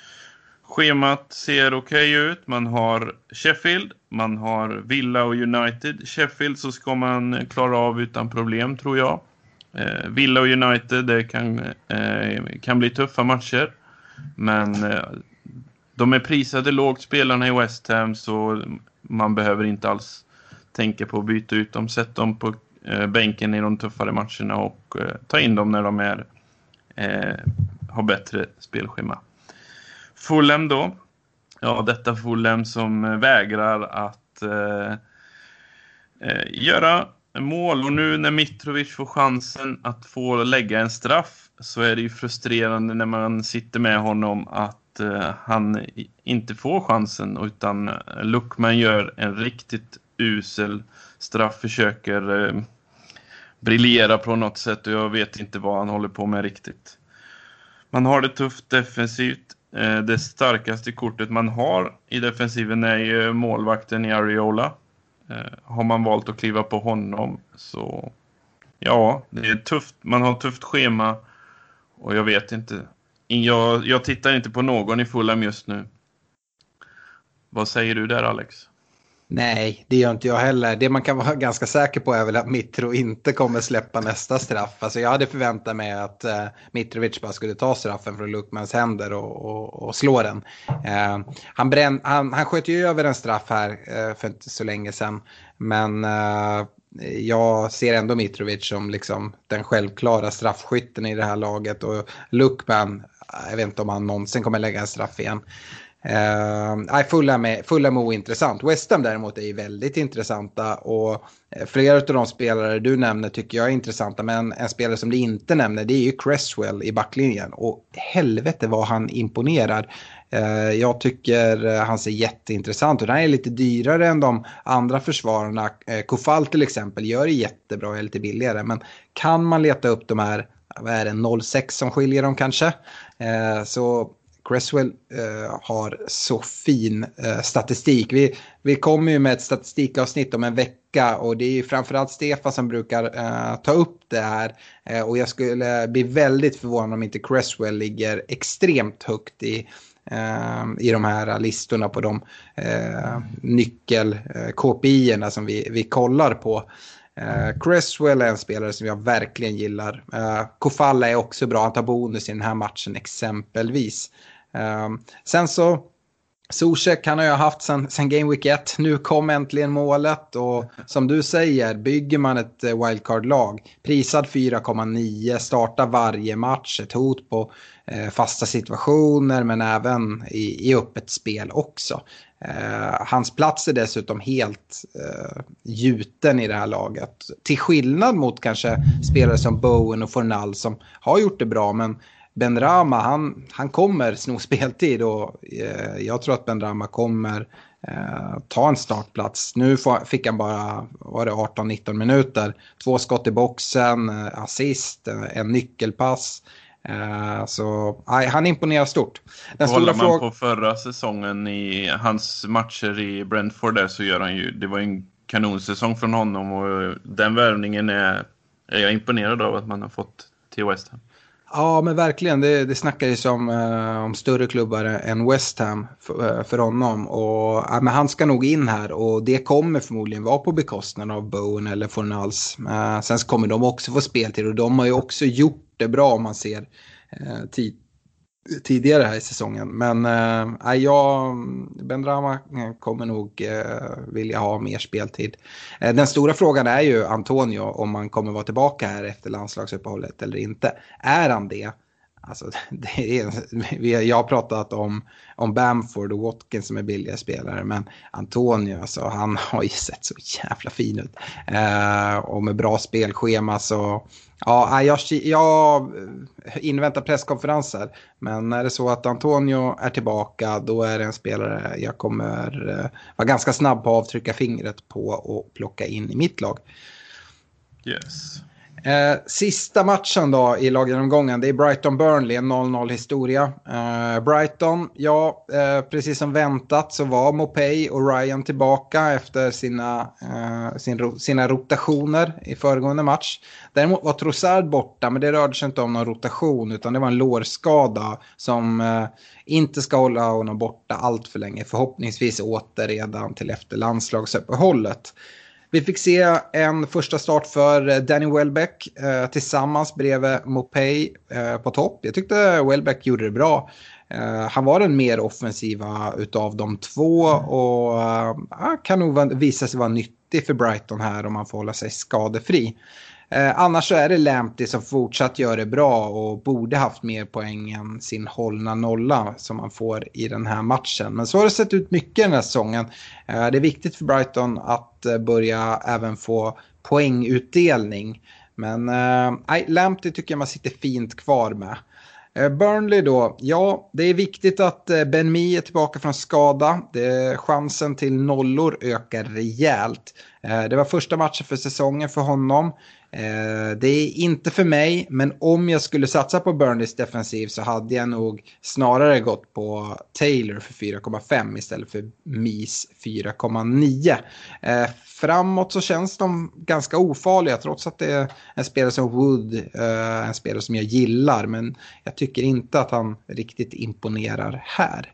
S5: Schemat ser okej ut. Man har Sheffield, man har Villa och United. Sheffield så ska man klara av utan problem tror jag. Eh, Villa och United, det kan, eh, kan bli tuffa matcher. Men eh, de är prisade lågt spelarna i West Ham, så man behöver inte alls tänka på att byta ut dem. Sätt dem på eh, bänken i de tuffare matcherna och eh, ta in dem när de är, eh, har bättre spelschema. Fulham då. Ja, detta Fulham som vägrar att eh, eh, göra mål, och nu när Mitrovic får chansen att få lägga en straff så är det ju frustrerande när man sitter med honom att uh, han inte får chansen, utan Lookman gör en riktigt usel straff, försöker uh, briljera på något sätt och jag vet inte vad han håller på med riktigt. Man har det tufft defensivt. Uh, det starkaste kortet man har i defensiven är ju målvakten i Areola. Uh, har man valt att kliva på honom så ja, det är tufft. Man har ett tufft schema och jag vet inte. Jag, jag tittar inte på någon i Fulham just nu. Vad säger du där, Alex?
S4: Nej, det gör inte jag heller. Det man kan vara ganska säker på är väl att Mitro inte kommer släppa nästa straff. Alltså jag hade förväntat mig att uh, Mitrovic bara skulle ta straffen från Lookmans händer och, och, och slå den. Uh, han, brän, han, han sköt ju över en straff här uh, för inte så länge sedan. Men uh, jag ser ändå Mitrovic som liksom den självklara straffskytten i det här laget. Och Lookman, jag vet inte om han någonsin kommer lägga en straff igen. Uh, Fulham är, Fulham är ointressant. West Ham däremot är ju väldigt intressanta och flera av de spelare du nämner tycker jag är intressanta, men en spelare som du inte nämner det är ju Cresswell i backlinjen och helvete vad han imponerar. Uh, jag tycker han ser jätteintressant och han är lite dyrare än de andra försvararna. Uh, Kofall till exempel gör det jättebra, är lite billigare, men kan man leta upp de här, vad är det, noll sex som skiljer dem kanske, uh, så Cresswell uh, har så fin uh, statistik. Vi, vi kommer ju med ett statistikavsnitt om en vecka och det är ju framförallt Stefan som brukar uh, ta upp det här. Uh, och jag skulle bli väldigt förvånad om inte Cresswell ligger extremt högt i, uh, i de här listorna på de uh, nyckel-K P I-erna som vi, vi kollar på. Uh, Cresswell är en spelare som jag verkligen gillar. Uh, Kofalla är också bra, han tar bonus i den här matchen exempelvis. Uh, sen så Zuzek han har ju haft sen, sen Game Week ett. Nu kom äntligen målet och som du säger, bygger man ett wildcard-lag. Prisad fyra komma nio, startar varje match, ett hot på eh, fasta situationer men även i, i öppet spel också. Eh, hans plats är dessutom helt eh, gjuten i det här laget. Till skillnad mot kanske spelare som Bowen och Fornal som har gjort det bra, men Benrahma, han, han kommer sno speltid och eh, jag tror att Benrahma kommer eh, ta en startplats. Nu får, fick han bara var det arton nitton minuter. Två skott i boxen, eh, assist, eh, en nyckelpass. Eh, så eh, han imponerar stort.
S5: Den stora man fråga... på förra säsongen i hans matcher i Brentford där så gör han ju, det var en kanonsäsong från honom och den värvningen är, är jag imponerad av att man har fått till West Ham.
S4: Ja, men verkligen. Det, det snackar ju som eh, om större klubbar än West Ham för, för honom. Och, ja, men han ska nog in här och det kommer förmodligen vara på bekostnad av Bowen eller Fornals. Eh, sen kommer de också få speltid och de har ju också gjort det bra om man ser eh, tid, tidigare här i säsongen. Men eh, jag, Benrahma kommer nog eh, vilja ha mer speltid. Eh, den stora frågan är ju Antonio om man kommer vara tillbaka här efter landslagsuppehållet eller inte. Är han det? Alltså, det är, jag har pratat om, om Bamford och Watkins som är billiga spelare, men Antonio, alltså, han har ju sett så jävla fin ut. Eh, och med bra spelschema så ja, jag, jag inväntar presskonferenser, men är det så att Antonio är tillbaka, då är det en spelare jag kommer eh, vara ganska snabb på att avtrycka fingret på och plocka in i mitt lag.
S5: Yes.
S4: Eh, sista matchen då i laggenomgången, det är Brighton-Burnley, en noll noll historia. Eh, Brighton, ja, eh, precis som väntat så var Mopey och Ryan tillbaka efter sina, eh, sin, sina rotationer i föregående match. Däremot var Trossard borta, men det rörde sig inte om någon rotation utan det var en lårskada som eh, inte ska hålla honom borta allt för länge. Förhoppningsvis åter redan till efter landslagsuppehållet. Vi fick se en första start för Danny Welbeck eh, tillsammans bredvid Mopey eh, på topp. Jag tyckte Welbeck gjorde det bra. Eh, han var den mer offensiva utav de två och eh, kan nog visa sig vara nyttig för Brighton här om man får hålla sig skadefri. Eh, annars så är det Lamptey som fortsatt gör det bra och borde haft mer poäng än sin hållna nolla som man får i den här matchen. Men så har det sett ut mycket den här säsongen. Eh, det är viktigt för Brighton att eh, börja även få poängutdelning. Men eh, Lamptey tycker jag man sitter fint kvar med. Eh, Burnley då, ja det är viktigt att eh, Ben Mee är tillbaka från skada. Det, chansen till nollor ökar rejält. Eh, det var första matchen för säsongen för honom. Eh, det är inte för mig, men om jag skulle satsa på Burnleys defensiv så hade jag nog snarare gått på Taylor för fyra komma fem istället för Mees fyra komma nio. Eh, framåt så känns de ganska ofarliga trots att det är en spelare som Wood, eh, en spelare som jag gillar, men jag tycker inte att han riktigt imponerar här.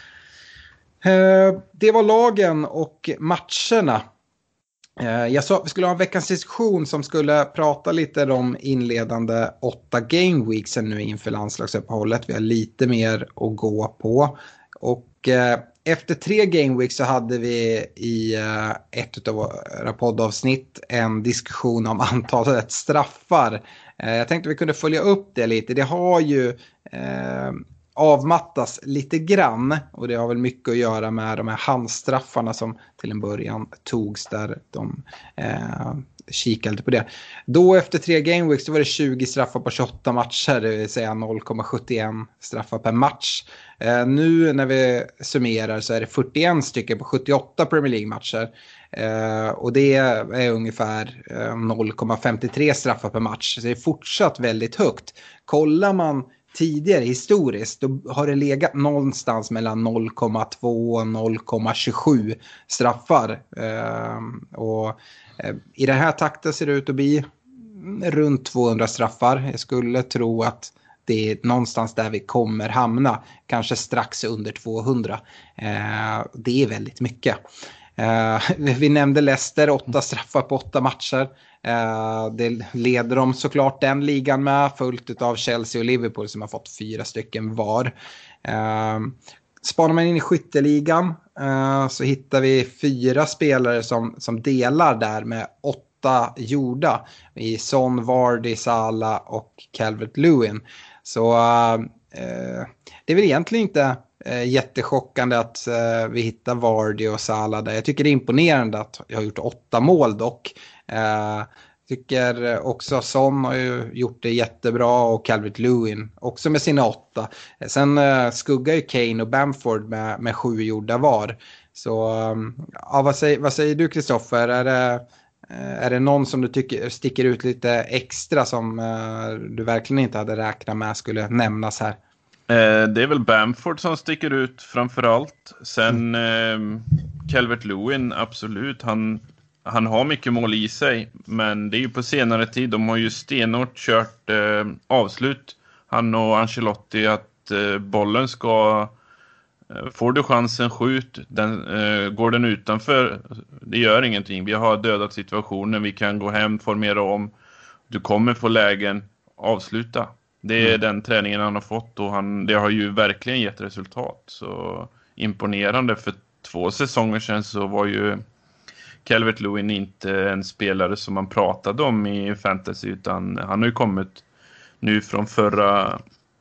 S4: Eh, det var lagen och matcherna. Jag sa att vi skulle ha en veckans diskussion som skulle prata lite om inledande åtta game weeksen nu inför landslagsuppehållet. Vi har lite mer att gå på. Och eh, efter tre game weeks så hade vi i eh, ett av våra poddavsnitt en diskussion om antalet straffar. Eh, jag tänkte vi kunde följa upp det lite. Det har ju eh, avmattas lite grann och det har väl mycket att göra med de här handstraffarna som till en början togs där de eh, kikade på det. Då efter tre game weeks så var det tjugo straffar på tjugoåtta matcher, det vill säga noll komma sjuttioen straffar per match. Eh, nu när vi summerar så är det fyrtioen stycken på sjuttioåtta Premier League-matcher. Eh, och det är ungefär eh, noll komma femtiotre straffar per match. Så det är fortsatt väldigt högt. Kollar man tidigare historiskt då har det legat någonstans mellan noll komma två och noll komma tjugosju straffar. Eh, och eh, i den här takten ser det ut att bli runt tvåhundra straffar. Jag skulle tro att det är någonstans där vi kommer hamna. Kanske strax under tvåhundra. Eh, det är väldigt mycket. Uh, vi nämnde Leicester, åtta straffar på åtta matcher. Uh, det leder de såklart den ligan med, fullt av Chelsea och Liverpool som har fått fyra stycken var. Uh, spanar man in i skytteligan uh, så hittar vi fyra spelare som, som delar där med åtta gjorda. I Son, Vardy, Salah och Calvert-Lewin. Så uh, uh, det är väl egentligen inte uh, jättechockande att uh, vi hittar Vardy och Salah där. Jag tycker det är imponerande att jag har gjort åtta mål dock. Uh, tycker också Son har ju gjort det jättebra och Calvert-Lewin också med sina åtta. Sen uh, skuggar ju Kane och Bamford med, med sju gjorda var. Så um, ja, vad, säger, vad säger du Kristoffer? Är det, uh, är det någon som du tycker sticker ut lite extra som uh, du verkligen inte hade räknat med skulle nämnas här?
S5: Uh, det är väl Bamford som sticker ut framförallt. Sen uh, Calvert-Lewin, absolut. Han Han har mycket mål i sig, men det är ju på senare tid. De har ju stenhårt kört eh, avslut. Han och Ancelotti att eh, bollen ska... Eh, får du chansen, skjut. Den, eh, går den utanför, det gör ingenting. Vi har dödat situationen, vi kan gå hem, formera om. Du kommer få lägen, avsluta. Det är mm. den träningen han har fått och han, det har ju verkligen gett resultat. Så imponerande. För två säsonger sedan så var ju Calvert-Lewin inte en spelare som man pratade om i fantasy, utan han har ju kommit nu från förra,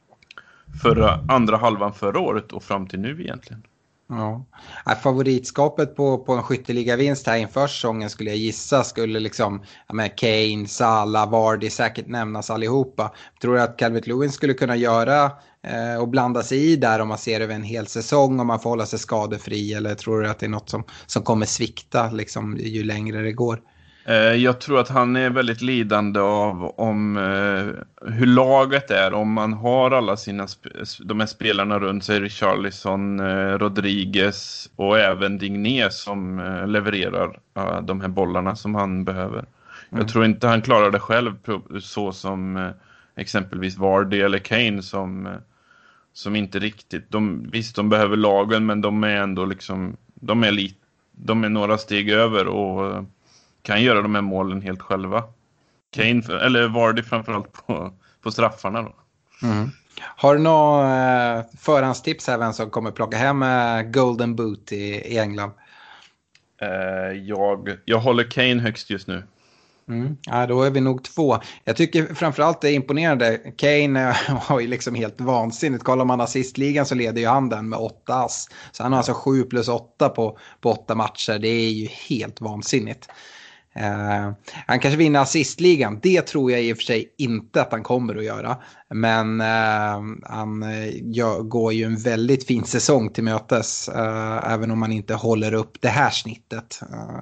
S5: förra andra halvan förra året och fram till nu egentligen.
S4: Ja. Favoritskapet på, på en skytteliga vinst här inför säsongen skulle jag gissa skulle liksom ja, med Kane, Salah, Vardy säkert nämnas allihopa. Tror du att Calvert-Lewin skulle kunna göra eh, och blanda sig i där om man ser över en hel säsong, om man får hålla sig skadefri, eller tror du att det är något som, som kommer svikta liksom, ju längre det går?
S5: Jag tror att han är väldigt lidande av om eh, hur laget är. Om man har alla sina sp- de här spelarna runt sig, Richarlison, eh, Rodriguez och även Digné som eh, levererar eh, de här bollarna som han behöver. Mm. Jag tror inte han klarar det själv så som eh, exempelvis Vardy eller Kane som, eh, som inte riktigt... De, visst, de behöver lagen, men de är ändå liksom... De är, lit, de är några steg över och... Eh, kan göra de här målen helt själva. Kane, eller Vardy framförallt på, på straffarna då.
S4: Mm. Har du några eh, förhandstips här vem som kommer plocka hem eh, Golden Boot i, i England?
S5: Eh, jag, jag håller Kane högst just nu.
S4: Mm. Ja, då är vi nog två. Jag tycker framförallt det är imponerande. Kane har ju liksom helt vansinnigt. Kollar man assistligan så leder ju han den med åtta ass. Så han har alltså sju plus åtta på, på åtta matcher. Det är ju helt vansinnigt. Uh, han kanske vinner assistligan. Det tror jag i och för sig inte att han kommer att göra. Men uh, han uh, går ju en väldigt fin säsong till mötes. Uh, även om han inte håller upp det här snittet. Uh,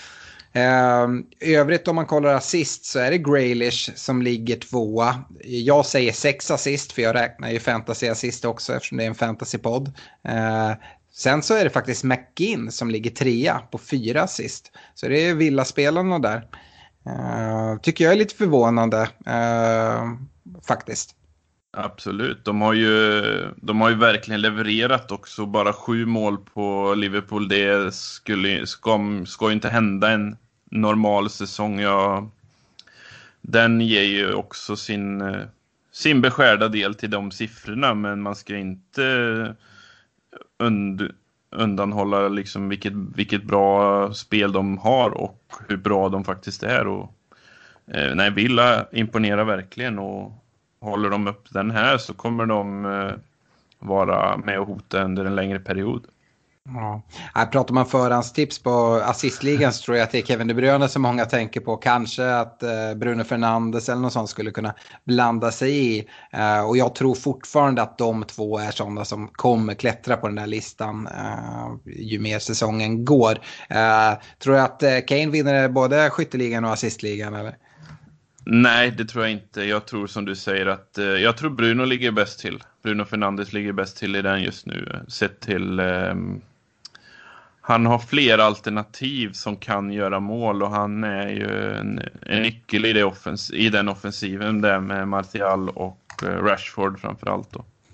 S4: uh, I övrigt om man kollar assist så är det Grealish som ligger tvåa. Jag säger sex assist, för jag räknar ju fantasy assist också eftersom det är en fantasypodd. Uh, Sen så är det faktiskt McGinn som ligger trea på fyra assist. Så det är villaspelarna där. Uh, tycker jag är lite förvånande uh, faktiskt.
S5: Absolut. De har, ju, de har ju verkligen levererat också. Bara sju mål på Liverpool. Det skulle, ska, ska inte hända en normal säsong. Ja, den ger ju också sin, sin beskärda del till de siffrorna. Men man ska inte... Und, undanhålla liksom vilket, vilket bra spel de har och hur bra de faktiskt är. Och, eh, nej, Villa imponerar verkligen, och håller de upp den här så kommer de eh, vara med och hota under en längre period.
S4: Ja. Här pratar man förhandstips på assistligan så tror jag att det är Kevin De Bruyne som många tänker på. Kanske att eh, Bruno Fernandes eller något sånt skulle kunna blanda sig i. Eh, och jag tror fortfarande att de två är sådana som kommer klättra på den där listan eh, ju mer säsongen går. Eh, tror du att eh, Kane vinner både skytteligan och assistligan eller?
S5: Nej, det tror jag inte. Jag tror som du säger att eh, jag tror Bruno ligger bäst till. Bruno Fernandes ligger bäst till i den just nu. Sett till... Eh, han har fler alternativ som kan göra mål, och han är ju en, en nyckel i, det offens- i den offensiven där med Martial och eh, Rashford framförallt då.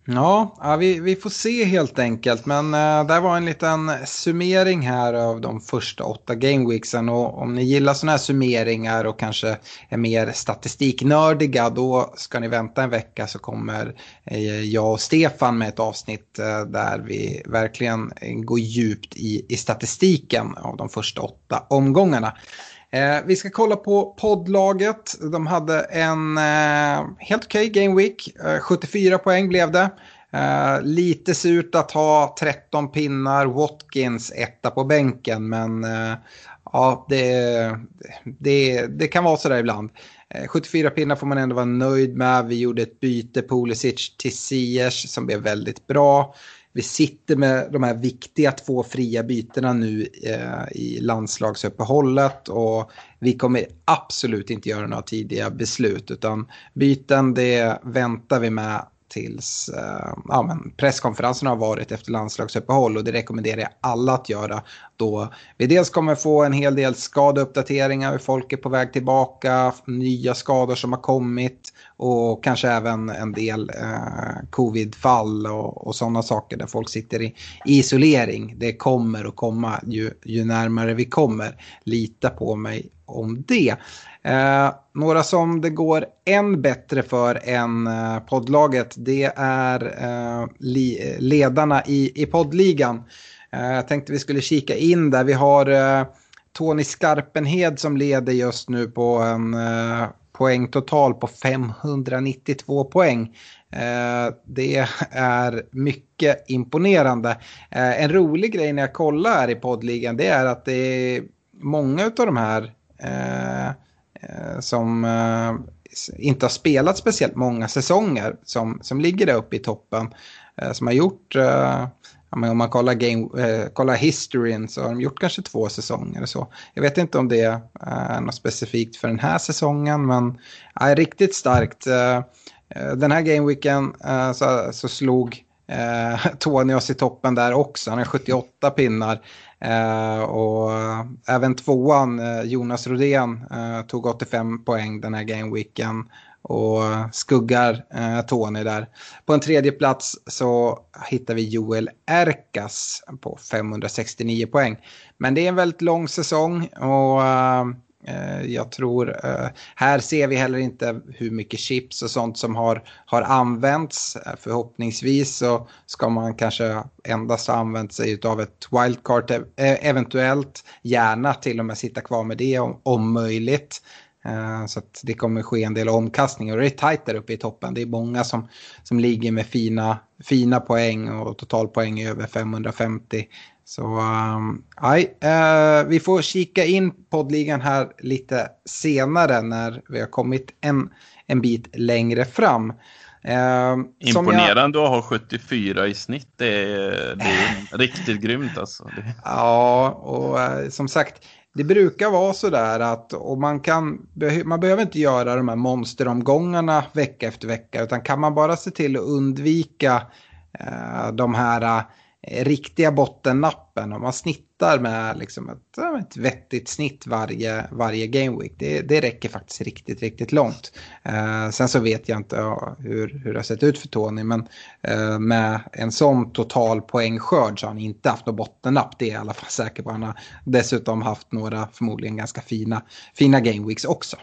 S4: Ja, ja vi, vi får se helt enkelt. Men uh, där var en liten summering här av de första åtta gameweeksen. Och om ni gillar sådana här summeringar och kanske är mer statistiknördiga, då ska ni vänta en vecka, så kommer uh, jag och Stefan med ett avsnitt uh, där vi verkligen går djupt i, i statistiken av de första åtta omgångarna. Eh, vi ska kolla på poddlaget. De hade en eh, helt okej okay game week. Eh, sjuttiofyra poäng blev det. Eh, lite surt att ha tretton pinnar. Watkins etta på bänken. Men eh, ja, det, det, det kan vara så där ibland. Eh, sjuttiofyra pinnar får man ändå vara nöjd med. Vi gjorde ett byte Pulisic till Ziyech som blev väldigt bra. Vi sitter med de här viktiga två fria bytena nu eh, i landslagsuppehållet, och vi kommer absolut inte göra några tidiga beslut, utan byten det väntar vi med tills eh, ja, men presskonferensen har varit efter landslagsuppehåll, och det rekommenderar jag alla att göra, då vi dels kommer få en hel del skadeuppdateringar, hur folk är på väg tillbaka, nya skador som har kommit, och kanske även en del eh, covid-fall och, och sådana saker där folk sitter i, i isolering. Det kommer att komma ju, ju närmare vi kommer. Lita på mig om det. Eh, några som det går än bättre för än eh, poddlaget, det är eh, li, ledarna i, i poddligan. Eh, jag tänkte vi skulle kika in där. Vi har eh, Tony Skarpenhed som leder just nu på en eh, poäng total på femhundranittiotvå poäng. Eh, det är mycket imponerande. Eh, en rolig grej när jag kollar här i poddligan, det är att det är många av de här eh, eh, som eh, inte har spelat speciellt många säsonger som, som ligger där uppe i toppen. Eh, som har gjort... Eh, Ja, men om man kollar, game, eh, kollar historyn, så har de gjort kanske två säsonger och så. Jag vet inte om det är eh, något specifikt för den här säsongen, men är eh, riktigt starkt. Eh, den här gameweeken eh, så, så slog eh, Tony oss i toppen där också. Han har sjuttioåtta pinnar. Eh, och eh, även tvåan, eh, Jonas Rodén, eh, tog åttiofem poäng den här gameweeken och skuggar eh, Tony där. På en tredje plats så hittar vi Joel Erkas på femhundrasextionio poäng. Men det är en väldigt lång säsong, och eh, jag tror eh, här ser vi heller inte hur mycket chips och sånt som har, har använts. Förhoppningsvis så ska man kanske endast ha använt sig av ett wildcard eh, eventuellt, gärna till och med sitta kvar med det om, om möjligt. Så att det kommer ske en del omkastningar, och det är tajt där uppe i toppen. Det är många som, som ligger med fina, fina poäng och totalpoäng över femhundrafemtio. Så um, aj, uh, vi får kika in poddligan här lite senare när vi har kommit en, en bit längre fram. Uh,
S5: Imponerande jag... att ha sjuttiofyra i snitt. Det är, det är riktigt grymt alltså.
S4: Ja, och uh, som sagt, det brukar vara så där att, och man, kan, man behöver inte göra de här monsteromgångarna vecka efter vecka, utan kan man bara se till att undvika eh, de här eh, riktiga bottennappen, om man snittar med liksom ett, ett vettigt snitt varje, varje gameweek, det, det räcker faktiskt riktigt, riktigt långt. Eh, sen så vet jag inte ja, hur, hur det har sett ut för Tony, men eh, med en sån total poängskörd så har han inte haft någon bottennapp, det är i alla fall säker på. Han har dessutom haft några förmodligen ganska fina, fina gameweeks också.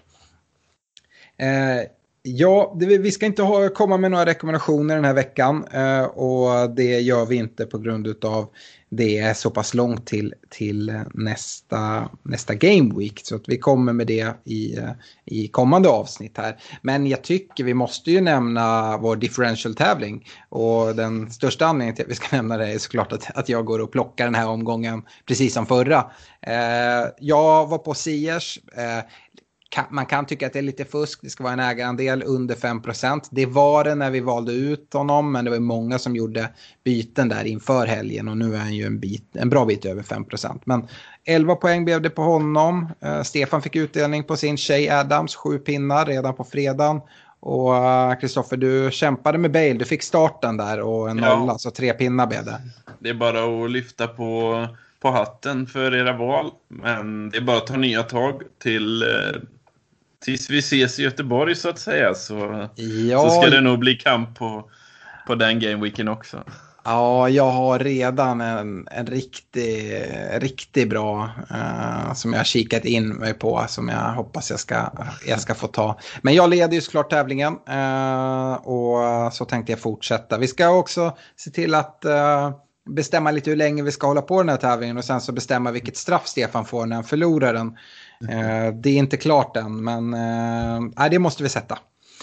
S4: Eh, Ja, det, vi ska inte ha, komma med några rekommendationer den här veckan, eh, och det gör vi inte på grund av det är så pass långt till, till nästa, nästa game week, så att vi kommer med det i, i kommande avsnitt här. Men jag tycker vi måste ju nämna vår differential-tävling, och den största anledningen till att vi ska nämna det är såklart att, att jag går och plockar den här omgången precis som förra. Eh, jag var på Ziyech. Eh, Man kan tycka att det är lite fusk. Det ska vara en ägarandel under fem procent. Det var det när vi valde ut honom. Men det var många som gjorde byten där inför helgen. Och nu är han ju en, bit, en bra bit över fem procent. Men elva poäng blev det på honom. Uh, Stefan fick utdelning på sin Shay Adams. Sju pinnar redan på fredagen. Och Kristoffer, uh, du kämpade med Bale. Du fick starten där och en nolla. Ja. Så tre pinnar blev det.
S5: Det är bara att lyfta på, på hatten för era val. Men det är bara att ta nya tag till... Uh, Tills vi ses i Göteborg så att säga, så,
S4: ja,
S5: så ska det nog bli kamp på, på den gameweeken också.
S4: Ja, jag har redan en, en riktig, riktigt bra uh, som jag har kikat in mig på, som jag hoppas jag ska, jag ska få ta. Men jag leder ju såklart tävlingen uh, och så tänkte jag fortsätta. Vi ska också se till att uh, bestämma lite hur länge vi ska hålla på den här tävlingen och sen så bestämma vilket straff Stefan får när han förlorar den. Uh, det är inte klart än, men uh, det måste vi sätta.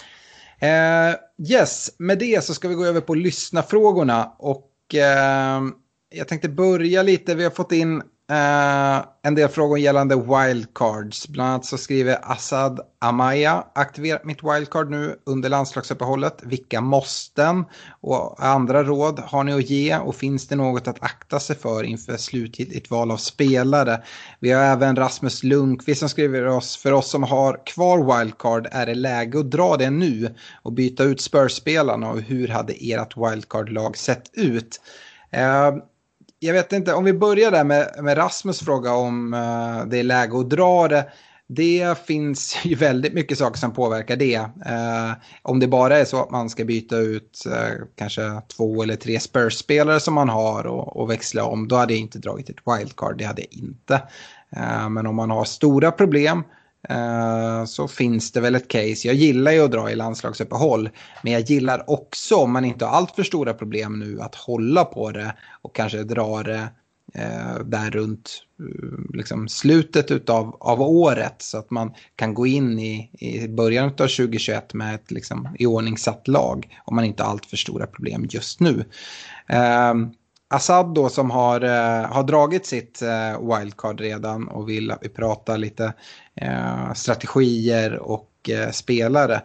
S4: Uh, yes, med det så ska vi gå över på lyssnarfrågorna och uh, jag tänkte börja lite, vi har fått in uh, en del frågor gällande wildcards. Bland annat så skriver Assad Amaya, aktiverat mitt wildcard nu under landslagsuppehållet. Vilka måsten och andra råd har ni att ge och finns det något att akta sig för inför slutgiltigt val av spelare? Vi har även Rasmus Lundqvist som skriver oss, för oss som har kvar wildcard är det läge att dra det nu och byta ut Spurs-spelarna, och hur hade ert wildcard-lag sett ut? Uh, Jag vet inte, om vi börjar där med, med Rasmus fråga om uh, det är läge att dra det. Det finns ju väldigt mycket saker som påverkar det. Uh, om det bara är så att man ska byta ut uh, kanske två eller tre Spurs-spelare som man har och, och växla om, då hade jag inte dragit ett wildcard, det hade jag inte. Uh, men om man har stora problem Uh, så finns det väl ett case. Jag gillar ju att dra i landslagsuppehåll, men jag gillar också, om man inte har allt för stora problem nu, att hålla på det och kanske dra det uh, där runt uh, liksom slutet utav, av året, så att man kan gå in i, i början av tjugohundratjugoett med ett liksom iordningsatt lag om man inte har allt för stora problem just nu. Uh, Assad då, som har, uh, har dragit sitt uh, wildcard redan och vill att vi pratar lite uh, strategier och uh, spelare.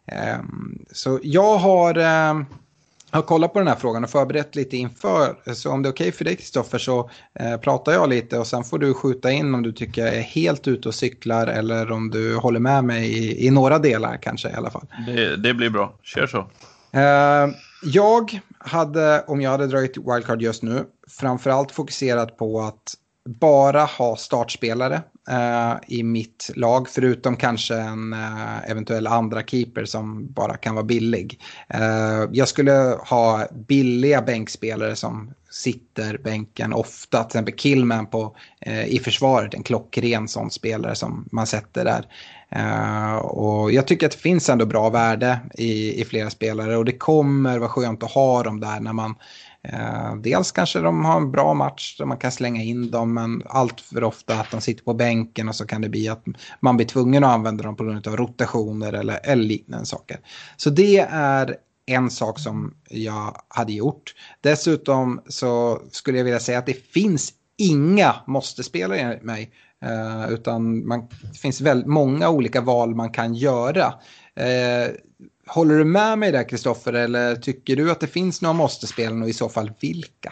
S4: Um, så jag har, uh, har kollat på den här frågan och förberett lite inför. Så om det är okej för dig, Kristoffer, så uh, pratar jag lite och sen får du skjuta in om du tycker jag är helt ute och cyklar eller om du håller med mig i, i några delar kanske i alla fall.
S5: Det, det blir bra, kör så.
S4: Uh, jag hade, om jag hade dragit wildcard just nu, framförallt fokuserat på att bara ha startspelare uh, i mitt lag, förutom kanske en uh, eventuell andra keeper som bara kan vara billig. Uh, jag skulle ha billiga bänkspelare som sitter bänken ofta, till exempel Killman på, uh, i försvaret, en klockren sån spelare som man sätter där. Uh, och jag tycker att det finns ändå bra värde i, i flera spelare, och det kommer vara skönt att ha dem där när man uh, dels kanske de har en bra match där man kan slänga in dem, men allt för ofta att de sitter på bänken och så kan det bli att man blir tvungen att använda dem på grund av rotationer eller, eller liknande saker. Så det är en sak som jag hade gjort. Dessutom så skulle jag vilja säga att det finns inga måste-spelare enligt mig. Uh, utan man, det finns väldigt många olika val man kan göra. Uh, håller du med mig där, Kristoffer, eller tycker du att det finns några måste-spelare, och i så fall vilka?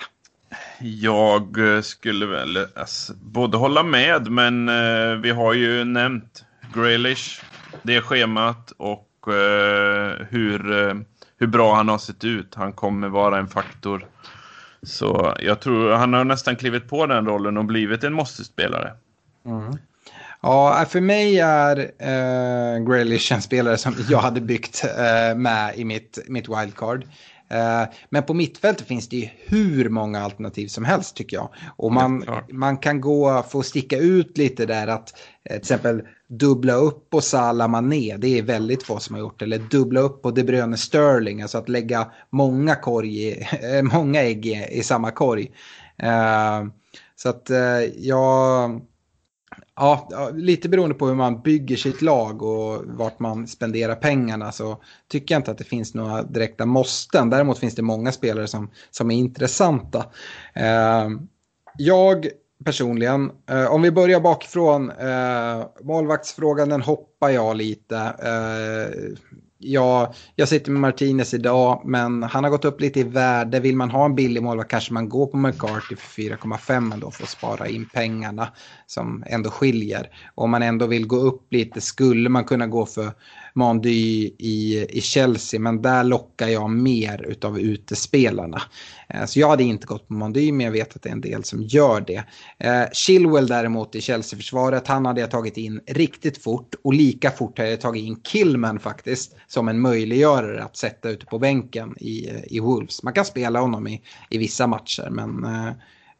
S5: Jag skulle väl alltså, både hålla med, men uh, vi har ju nämnt Grealish, det schemat och uh, hur, uh, hur bra han har sett ut. Han kommer vara en faktor. Så jag tror han har nästan klivit på den rollen och blivit en måste-spelare.
S4: Mm. Ja, för mig är uh, Grealish en spelare som jag hade byggt uh, med i mitt, mitt wildcard. Uh, men på mittfältet finns det ju hur många alternativ som helst, tycker jag. Och man, ja, man kan gå för att sticka ut lite där att uh, till exempel dubbla upp på Salah Mané, det är väldigt få som har gjort, eller dubbla upp på De Bruyne Sterling, alltså att lägga många, korg i, många ägg i, i samma korg. Uh, så att uh, jag... Ja, lite beroende på hur man bygger sitt lag och vart man spenderar pengarna, så tycker jag inte att det finns några direkta måsten. Däremot finns det många spelare som, som är intressanta. Eh, jag personligen, eh, om vi börjar bakifrån, eh, målvaktsfrågan, den hoppar jag lite. Eh, Ja, jag sitter med Martinez idag, men han har gått upp lite i värde. Vill man ha en billig målvakt kanske man går på McCarthy för fyra komma fem ändå för att spara in pengarna som ändå skiljer. Om man ändå vill gå upp lite skulle man kunna gå för Mendy i, i Chelsea, men där lockar jag mer utav utespelarna. Eh, så jag hade inte gått på Mendy, men jag vet att det är en del som gör det. Eh, Chilwell däremot i Chelsea-försvaret, han hade jag tagit in riktigt fort, och lika fort har jag tagit in Kilman faktiskt som en möjliggörare att sätta ute på bänken i, i Wolves. Man kan spela honom i, i vissa matcher, men eh,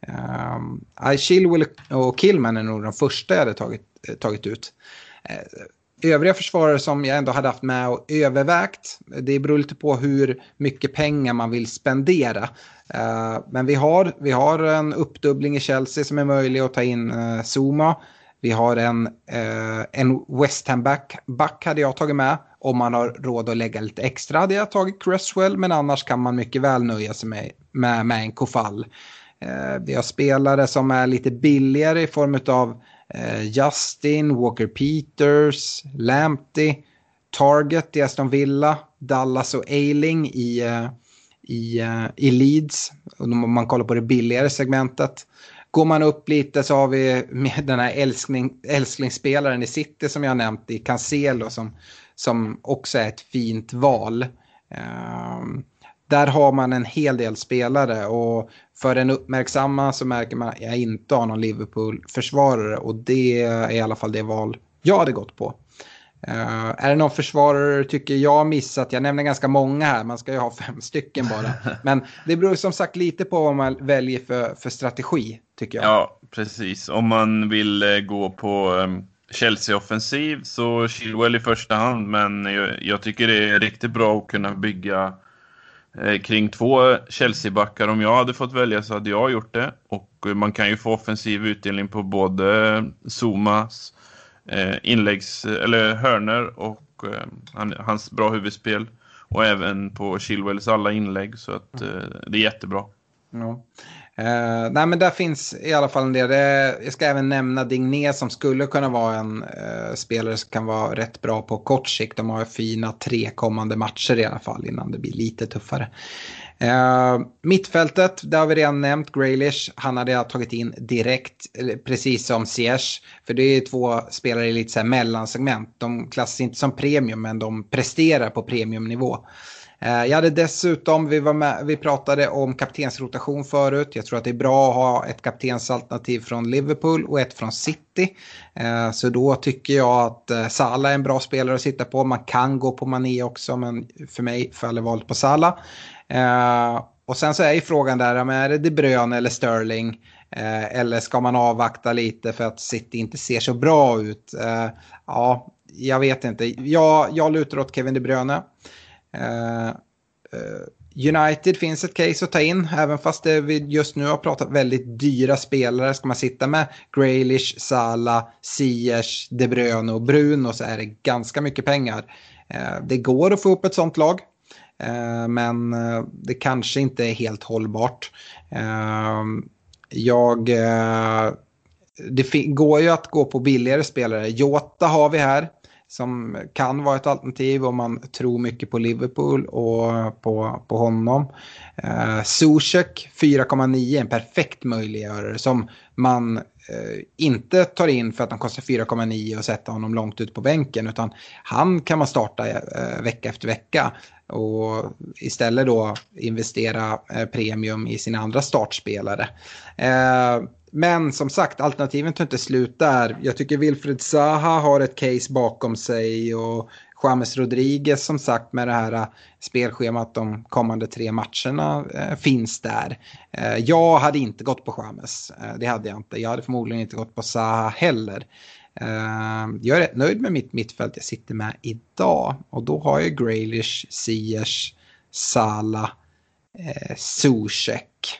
S4: Uh, Chilwell och Kilman är nog de första jag hade tagit, tagit ut. Uh, övriga försvarare som jag ändå hade haft med och övervägt, det beror lite på hur mycket pengar man vill spendera. Uh, men vi har, vi har en uppdubbling i Chelsea som är möjlig att ta in uh, Zuma. Vi har en, uh, en West Ham back, back hade jag tagit med. Om man har råd att lägga lite extra hade jag tagit Cresswell, men annars kan man mycket väl nöja sig med, med, med en Kofall. Vi har spelare som är lite billigare i form av Justin, Walker Peters, Lamptey, Target i Aston Villa, Dallas och Ayling i, i, i Leeds. Om man kollar på det billigare segmentet. Går man upp lite så har vi med den här älskling, älsklingsspelaren i City som jag nämnt i Cancelo som, som också är ett fint val. Um, Där har man en hel del spelare, och för den uppmärksamma så märker man att jag inte har någon Liverpool-försvarare, och det är i alla fall det val jag hade gått på. Uh, är det någon försvarare tycker jag missat? Jag nämner ganska många här, man ska ju ha fem stycken bara. Men det beror som sagt lite på vad man väljer för, för strategi, tycker jag.
S5: Ja, precis. Om man vill eh, gå på um, Chelsea-offensiv så Chilwell i första hand, men jag, jag tycker det är riktigt bra att kunna bygga kring två Chelsea-backar. Om jag hade fått välja så hade jag gjort det. Och man kan ju få offensiv utdelning på både Zumas eh, inläggs eller hörner och eh, hans bra huvudspel, och även på Chilwells alla inlägg, så att eh, det är jättebra.
S4: Ja. Uh, nej men där finns i alla fall en del. Jag ska även nämna Digné som skulle kunna vara en uh, spelare som kan vara rätt bra på kort sikt. De har fina tre kommande matcher i alla fall innan det blir lite tuffare. Uh, mittfältet, där har vi redan nämnt Grealish. Han hade jag tagit in direkt, precis som Ziyech. För det är två spelare i lite så här mellansegment. De klassas inte som premium, men de presterar på premiumnivå. Jag hade dessutom, vi, var med, vi pratade om kaptensrotation förut. Jag tror att det är bra att ha ett kaptensalternativ från Liverpool och ett från City. Så då tycker jag att Salah är en bra spelare att sitta på. Man kan gå på Mané också, men för mig faller valet på Salah. Och sen så är ju frågan där, är det De Bruyne eller Sterling? Eller ska man avvakta lite för att City inte ser så bra ut? Ja, jag vet inte. Jag, jag lutar åt Kevin De Bruyne. Uh, uh, United finns ett case att ta in, även fast det vi just nu har pratat väldigt dyra spelare. Ska man sitta med Grealish, Salah, Ziyech, De Bruyne och Bruno så är det ganska mycket pengar. uh, Det går att få upp ett sånt lag, uh, men uh, det kanske inte är helt hållbart. uh, Jag uh, Det fi- går ju att gå på billigare spelare. Jota har vi här, som kan vara ett alternativ om man tror mycket på Liverpool och på, på honom. Eh, Zuzek fyra komma nio, en perfekt möjliggörare som man eh, inte tar in för att han kostar fyra komma nio och sätter honom långt ut på bänken, utan han kan man starta eh, vecka efter vecka och istället då investera eh, premium i sina andra startspelare. Eh, Men som sagt, alternativen tar inte slut där. Jag tycker Wilfred Zaha har ett case bakom sig, och James Rodriguez som sagt med det här spelschemat de kommande tre matcherna eh, finns där. Eh, jag hade inte gått på James, eh, det hade jag inte. Jag hade förmodligen inte gått på Zaha heller. Eh, jag är rätt nöjd med mitt mittfält jag sitter med idag, och då har jag Grealish, Ziyech, Salah, eh, Zuzek.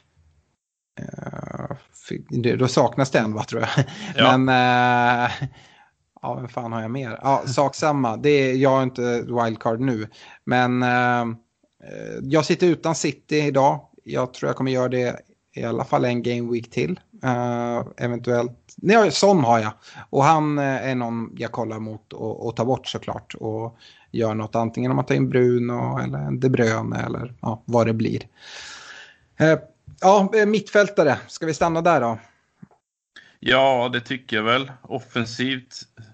S4: Uh, då saknas det en, va, tror jag. Ja. Men uh, ja, vad fan har jag mer? Ja, sak samma. Det är, jag har inte wildcard nu, men uh, jag sitter utan City idag. Jag tror jag kommer göra det i alla fall en game week till. Uh, eventuellt. Nej, Son har jag, och han är någon jag kollar mot och, och tar bort såklart, och gör något antingen om man tar in Bruno eller en De Bruyne eller ja, vad det blir. Uh, Ja, mittfältare. Ska vi stanna där då?
S5: Ja, det tycker jag väl. Offensivt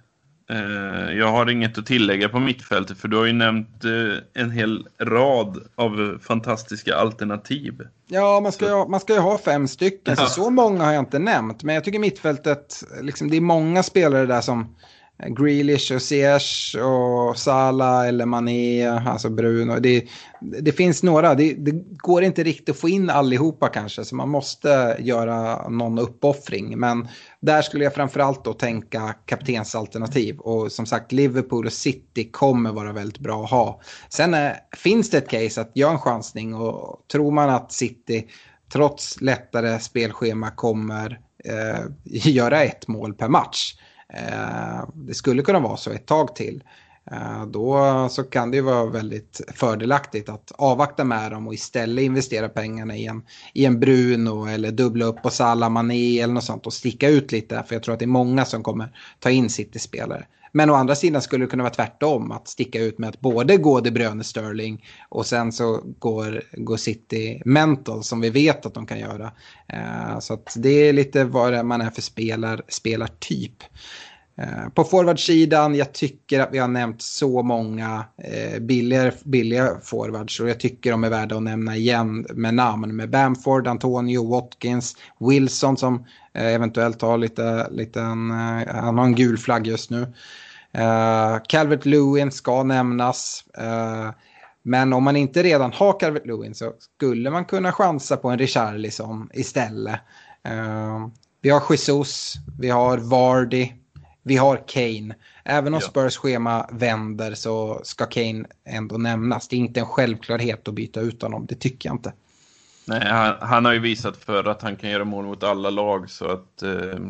S5: Eh, jag har inget att tillägga på mittfältet, för du har ju nämnt eh, en hel rad av fantastiska alternativ.
S4: Ja, man ska, ju, man ska ju ha fem stycken, så
S5: Ja.
S4: så många har jag inte nämnt. Men jag tycker mittfältet, liksom, det är många spelare där som Grealish och Ziyech och Salah eller Mané, alltså Bruno. Det, det finns några, det, det går inte riktigt att få in allihopa kanske, så man måste göra någon uppoffring. Men där skulle jag framförallt då tänka kaptensalternativ. Och som sagt, Liverpool och City kommer vara väldigt bra att ha. Sen är, finns det ett case att göra en chansning, och tror man att City trots lättare spelschema kommer eh, göra ett mål per match, Eh, det skulle kunna vara så ett tag till, eh, då så kan det ju vara väldigt fördelaktigt att avvakta med dem och istället investera pengarna i en, i en Bruno eller dubbla upp på Salah, Mané eller något sånt och sticka ut lite, för jag tror att det är många som kommer ta in City-spelare. Men å andra sidan skulle det kunna vara tvärtom, att sticka ut med att både gå De Bruyne, Sterling och sen så går, går City mental, som vi vet att de kan göra. Eh, så att det är lite vad man är för spelar, spelartyp. Eh, på forwardsidan, jag tycker att vi har nämnt så många eh, billiga, billiga forwards, och jag tycker de är värda att nämna igen med namn, med Bamford, Antonio, Watkins, Wilson som eh, eventuellt har lite, lite en, eh, han har en gul flagg just nu. Uh, Calvert-Lewin ska nämnas, uh, men om man inte redan har Calvert-Lewin så skulle man kunna chansa på en Richarlison istället. Uh, vi har Jesus, vi har Vardy, vi har Kane. Även om
S5: Ja.
S4: Spurs schema vänder så ska Kane ändå nämnas. Det är inte en självklarhet att byta ut honom, det tycker jag inte.
S5: Nej, han, han har ju visat för att han kan göra mål mot alla lag, så att eh,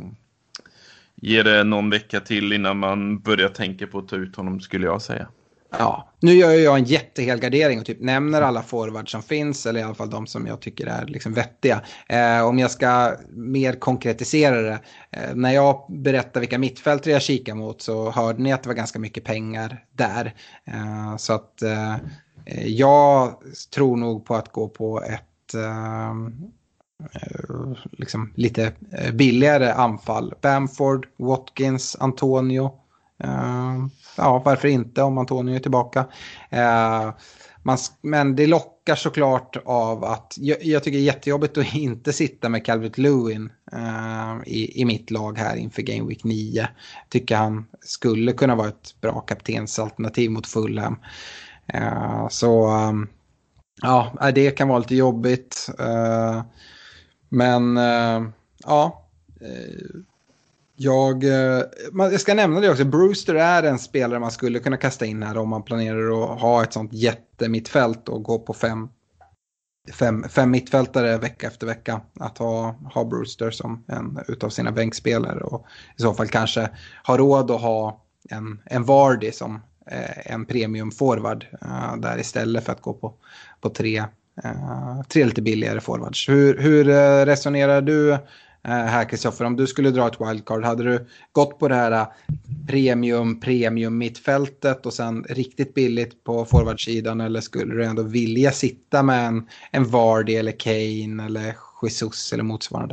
S5: ge det någon vecka till innan man börjar tänka på att ta ut honom, skulle jag säga.
S4: Ja, nu gör jag en jättehelgardering och typ nämner alla forwards som finns, eller i alla fall de som jag tycker är liksom vettiga. Eh, om jag ska mer konkretisera det, eh, när jag berättar vilka mittfältare jag kikar mot så hörde ni att det var ganska mycket pengar där. Eh, så att eh, jag tror nog på att gå på ett eh, liksom lite billigare anfall. Bamford, Watkins, Antonio. Uh, ja, varför inte om Antonio är tillbaka. Uh, man, men det lockar såklart av att jag, jag tycker det är jättejobbigt att inte sitta med Calvert-Lewin uh, i, i mitt lag här inför Game Week nio. Tycker han skulle kunna vara ett bra kaptensalternativ mot Fulham. Uh, så um, ja, det kan vara lite jobbigt. Uh, men uh, ja... Uh, Jag, jag ska nämna det också. Brewster är en spelare man skulle kunna kasta in här om man planerar att ha ett sånt jättemittfält och gå på fem, fem, fem mittfältare vecka efter vecka. Att ha, ha Brewster som en utav sina bänkspelare, och i så fall kanske ha råd att ha en, en Vardy som eh, en premium forward eh, där istället för att gå på, på tre, eh, tre lite billigare forwards. Hur, hur resonerar du här, Kristoffer? Om du skulle dra ett wildcard, hade du gått på det här premium, premium mittfältet och sen riktigt billigt på forwardsidan, eller skulle du ändå vilja sitta med en, en Vardy eller Kane eller Jesus eller motsvarande?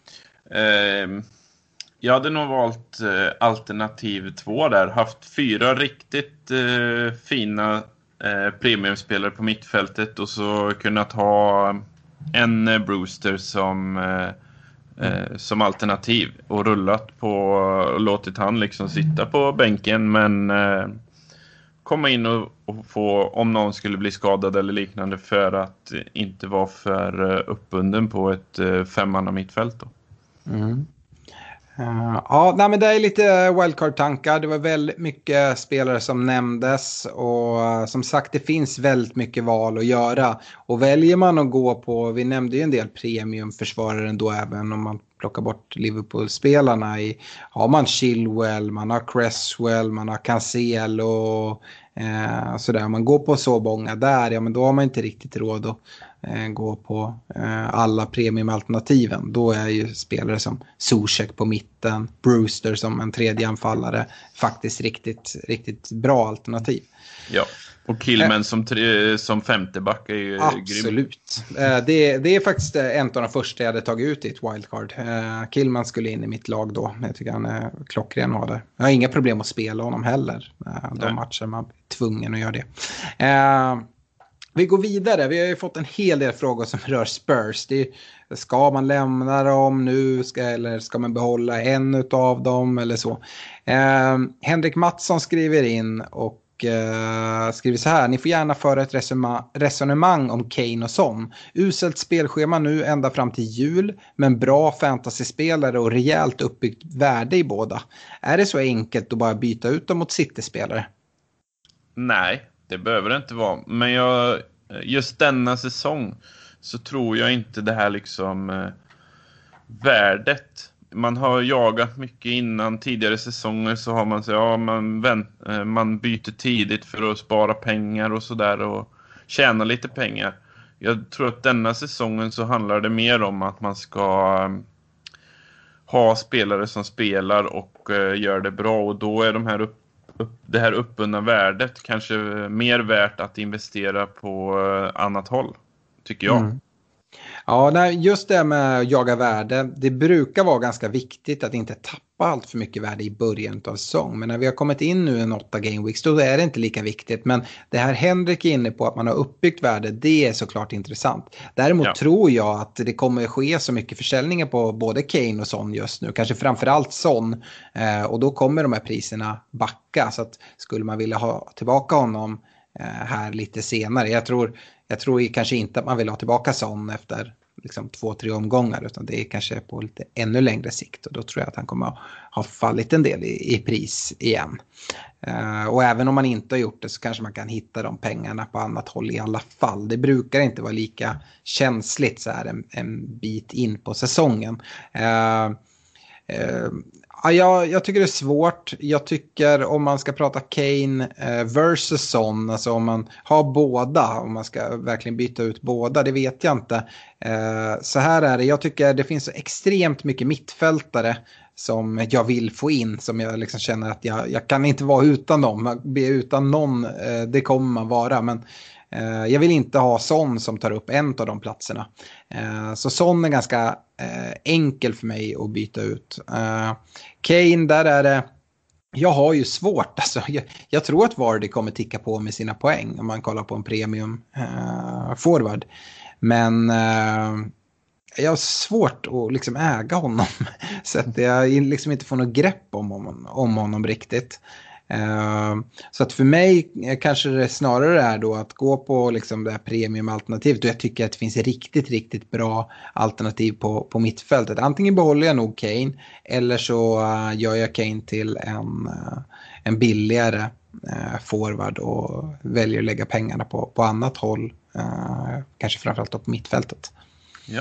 S5: Eh, jag hade nog valt eh, alternativ två där. Haft fyra riktigt eh, fina eh, premiumspelare på mittfältet, och så kunnat ha en eh, Brewster som eh, Eh, som alternativ, och rullat på och låtit han liksom sitta på bänken, men eh, komma in och, och få, om någon skulle bli skadad eller liknande, för att inte vara för eh, uppbunden på ett eh, femmanna mittfält då.
S4: Mm. Uh, ja, nej, men det är lite wildcard-tankar. Det var väldigt mycket spelare som nämndes, och uh, som sagt, det finns väldigt mycket val att göra. Och väljer man att gå på, vi nämnde ju en del premiumförsvarare ändå, även om man plockar bort Liverpool-spelarna. I, har man Chilwell, man har Cresswell, man har Cancelo och uh, sådär. Om man går på så många där, ja, men då har man inte riktigt råd att eh, gå på eh, alla premiumalternativen. Då är ju spelare som Zuzek på mitten, Brewster som en tredje anfallare faktiskt riktigt, riktigt bra alternativ.
S5: Ja, och Killman som, tre, som femte back är ju
S4: absolut. grym. Det, det är faktiskt en av de första jag hade tagit ut i ett wildcard. Killman skulle in i mitt lag då. Jag tycker han är klockren att ha där. Jag har inga problem att spela honom heller. De Nej. matcher man är tvungen att göra det. Vi går vidare. Vi har ju fått en hel del frågor som rör Spurs. Det är, ska man lämna dem nu? Ska, eller ska man behålla en av dem? Eller så. Henrik Mattsson skriver in och Uh, skriver så här: ni får gärna föra ett resema- resonemang om Kane och Son. Uselt spelschema nu ända fram till jul, men bra fantasyspelare och rejält uppbyggt värde i båda. Är det så enkelt att bara byta ut dem mot City-spelare?
S5: Nej, det behöver det inte vara. Men jag, just denna säsong så tror jag inte det här liksom uh, värdet. Man har jagat mycket innan tidigare säsonger, så har man så ja, man, vänt, man byter tidigt för att spara pengar och sådär och tjäna lite pengar. Jag tror att denna säsongen så handlar det mer om att man ska um, ha spelare som spelar och uh, gör det bra, och då är de här upp, upp, det här uppbundna värdet kanske mer värt att investera på uh, annat håll, tycker jag. Mm.
S4: Ja, nej, just det med att jaga värde, det brukar vara ganska viktigt att inte tappa allt för mycket värde i början av säsong. Men när vi har kommit in nu en åtta game weeks, då är det inte lika viktigt. Men det här Henrik är inne på, att man har uppbyggt värde, det är såklart intressant. Däremot ja. tror jag att det kommer ske så mycket försäljningar på både Kane och Son just nu. Kanske framförallt Son. Eh, och då kommer de här priserna backa. Så att skulle man vilja ha tillbaka honom eh, här lite senare. Jag tror... Jag tror kanske inte att man vill ha tillbaka Son efter liksom två, tre omgångar, utan det är kanske på lite ännu längre sikt, och då tror jag att han kommer att ha fallit en del i, i pris igen. Uh, och även om man inte har gjort det så kanske man kan hitta de pengarna på annat håll i alla fall. Det brukar inte vara lika känsligt så här en, en bit in på säsongen. Uh, uh, Ja, jag, jag tycker det är svårt. Jag tycker om man ska prata Kane eh, versus Son, alltså om man har båda, om man ska verkligen byta ut båda, det vet jag inte. Eh, så här är det, jag tycker det finns så extremt mycket mittfältare som jag vill få in, som jag liksom känner att jag, jag kan inte vara utan dem. Utan någon, eh, det kommer man vara, men Uh, jag vill inte ha Son som tar upp en av de platserna. Uh, så Son är ganska uh, enkel för mig att byta ut. Uh, Kane, där är det... Jag har ju svårt. Alltså, jag, jag tror att Vardy kommer ticka på med sina poäng om man kollar på en premium uh, forward. Men uh, jag har svårt att liksom äga honom. Så att jag liksom inte får något grepp om, om, om honom riktigt. Uh, så att för mig kanske det snarare är då att gå på liksom det här premiumalternativet, och jag tycker att det finns riktigt, riktigt bra alternativ på, på mittfältet. Antingen behåller jag nog Kane, eller så uh, gör jag Kane till en, uh, en billigare uh, forward och väljer att lägga pengarna på, på annat håll, uh, kanske framförallt på mittfältet.
S5: Ja.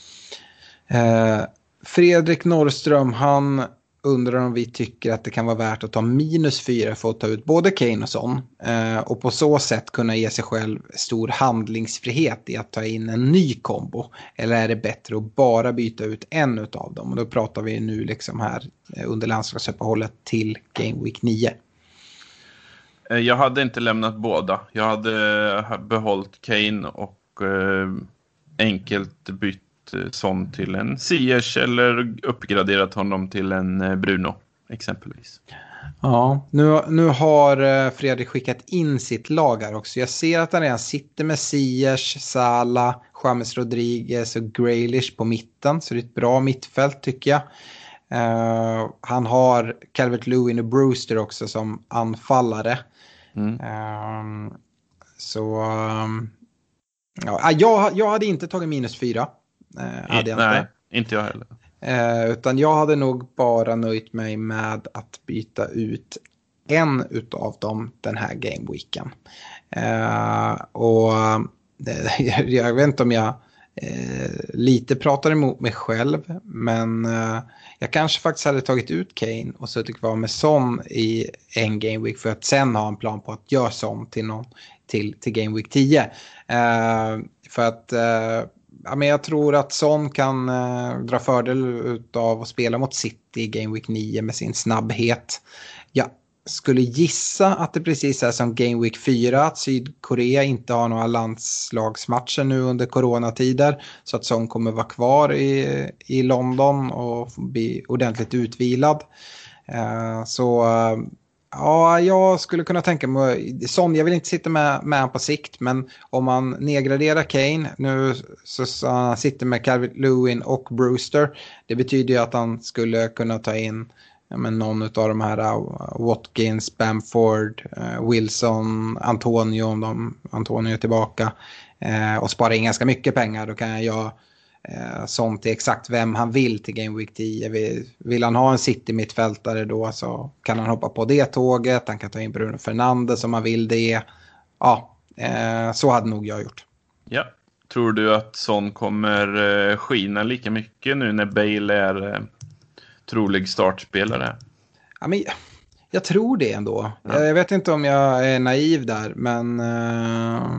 S4: uh, Fredrik Norrström, han undrar om vi tycker att det kan vara värt att ta minus fyra för att ta ut både Kane och Son, eh, och på så sätt kunna ge sig själv stor handlingsfrihet i att ta in en ny kombo, eller är det bättre att bara byta ut en av dem? Och då pratar vi nu liksom här eh, under landslagsuppehållet till Game Week nio.
S5: Jag hade inte lämnat båda. Jag hade behållit Kane och eh, enkelt bytt Son till en Ziyech, eller uppgraderat honom till en Bruno exempelvis.
S4: Ja, nu, nu har Fredrik skickat in sitt lag här också. Jag ser att han redan sitter med Ziyech, Salah, James Rodriguez och Grealish på mitten, så det är ett bra mittfält tycker jag. Uh, han har Calvert-Lewin och Brewster också som anfallare. Mm. Uh, så um, ja, jag, jag hade inte tagit minus fyra.
S5: Eh, hade jag Nej, inte. inte jag heller.
S4: Eh, utan jag hade nog bara nöjt mig med att byta ut en utav dem den här gameweeken. Eh, och eh, jag vet inte om jag eh, lite pratar emot mig själv, men eh, jag kanske faktiskt hade tagit ut Kane och suttit kvar med Son i en Game Week för att sen ha en plan på att göra Son till, någon, till, till Game Week tio. Eh, för att eh, ja, men jag tror att Son kan eh, dra fördel av att spela mot City i Game Week nio med sin snabbhet. Jag skulle gissa att det precis är som Game Week fyra, att Sydkorea inte har några landslagsmatcher nu under coronatider, så att Son kommer vara kvar i, i London och bli ordentligt utvilad. Eh, så uh, ja, jag skulle kunna tänka mig Son, jag vill inte sitta med, med han på sikt, men om man nedgraderar Kane nu, så, så han sitter med Calvert-Lewin och Brewster, det betyder ju att han skulle kunna ta in ja, men någon av de här uh, Watkins, Bamford, uh, Wilson, Antonio, om de, Antonio är tillbaka, uh, och spara in ganska mycket pengar. Då kan jag göra uh, sånt till exakt vem han vill till Game Week tio. Vill, vill han ha en City-mittfältare då, så kan han hoppa på det tåget. Han kan ta in Bruno Fernandes om han vill det. Ja, uh, så hade nog jag gjort.
S5: Ja, tror du att Son kommer uh, skina lika mycket nu när Bale är... Uh... trolig startspelare?
S4: Ja, men jag tror det ändå.
S5: Ja.
S4: Jag, jag vet inte om jag är naiv där, men uh,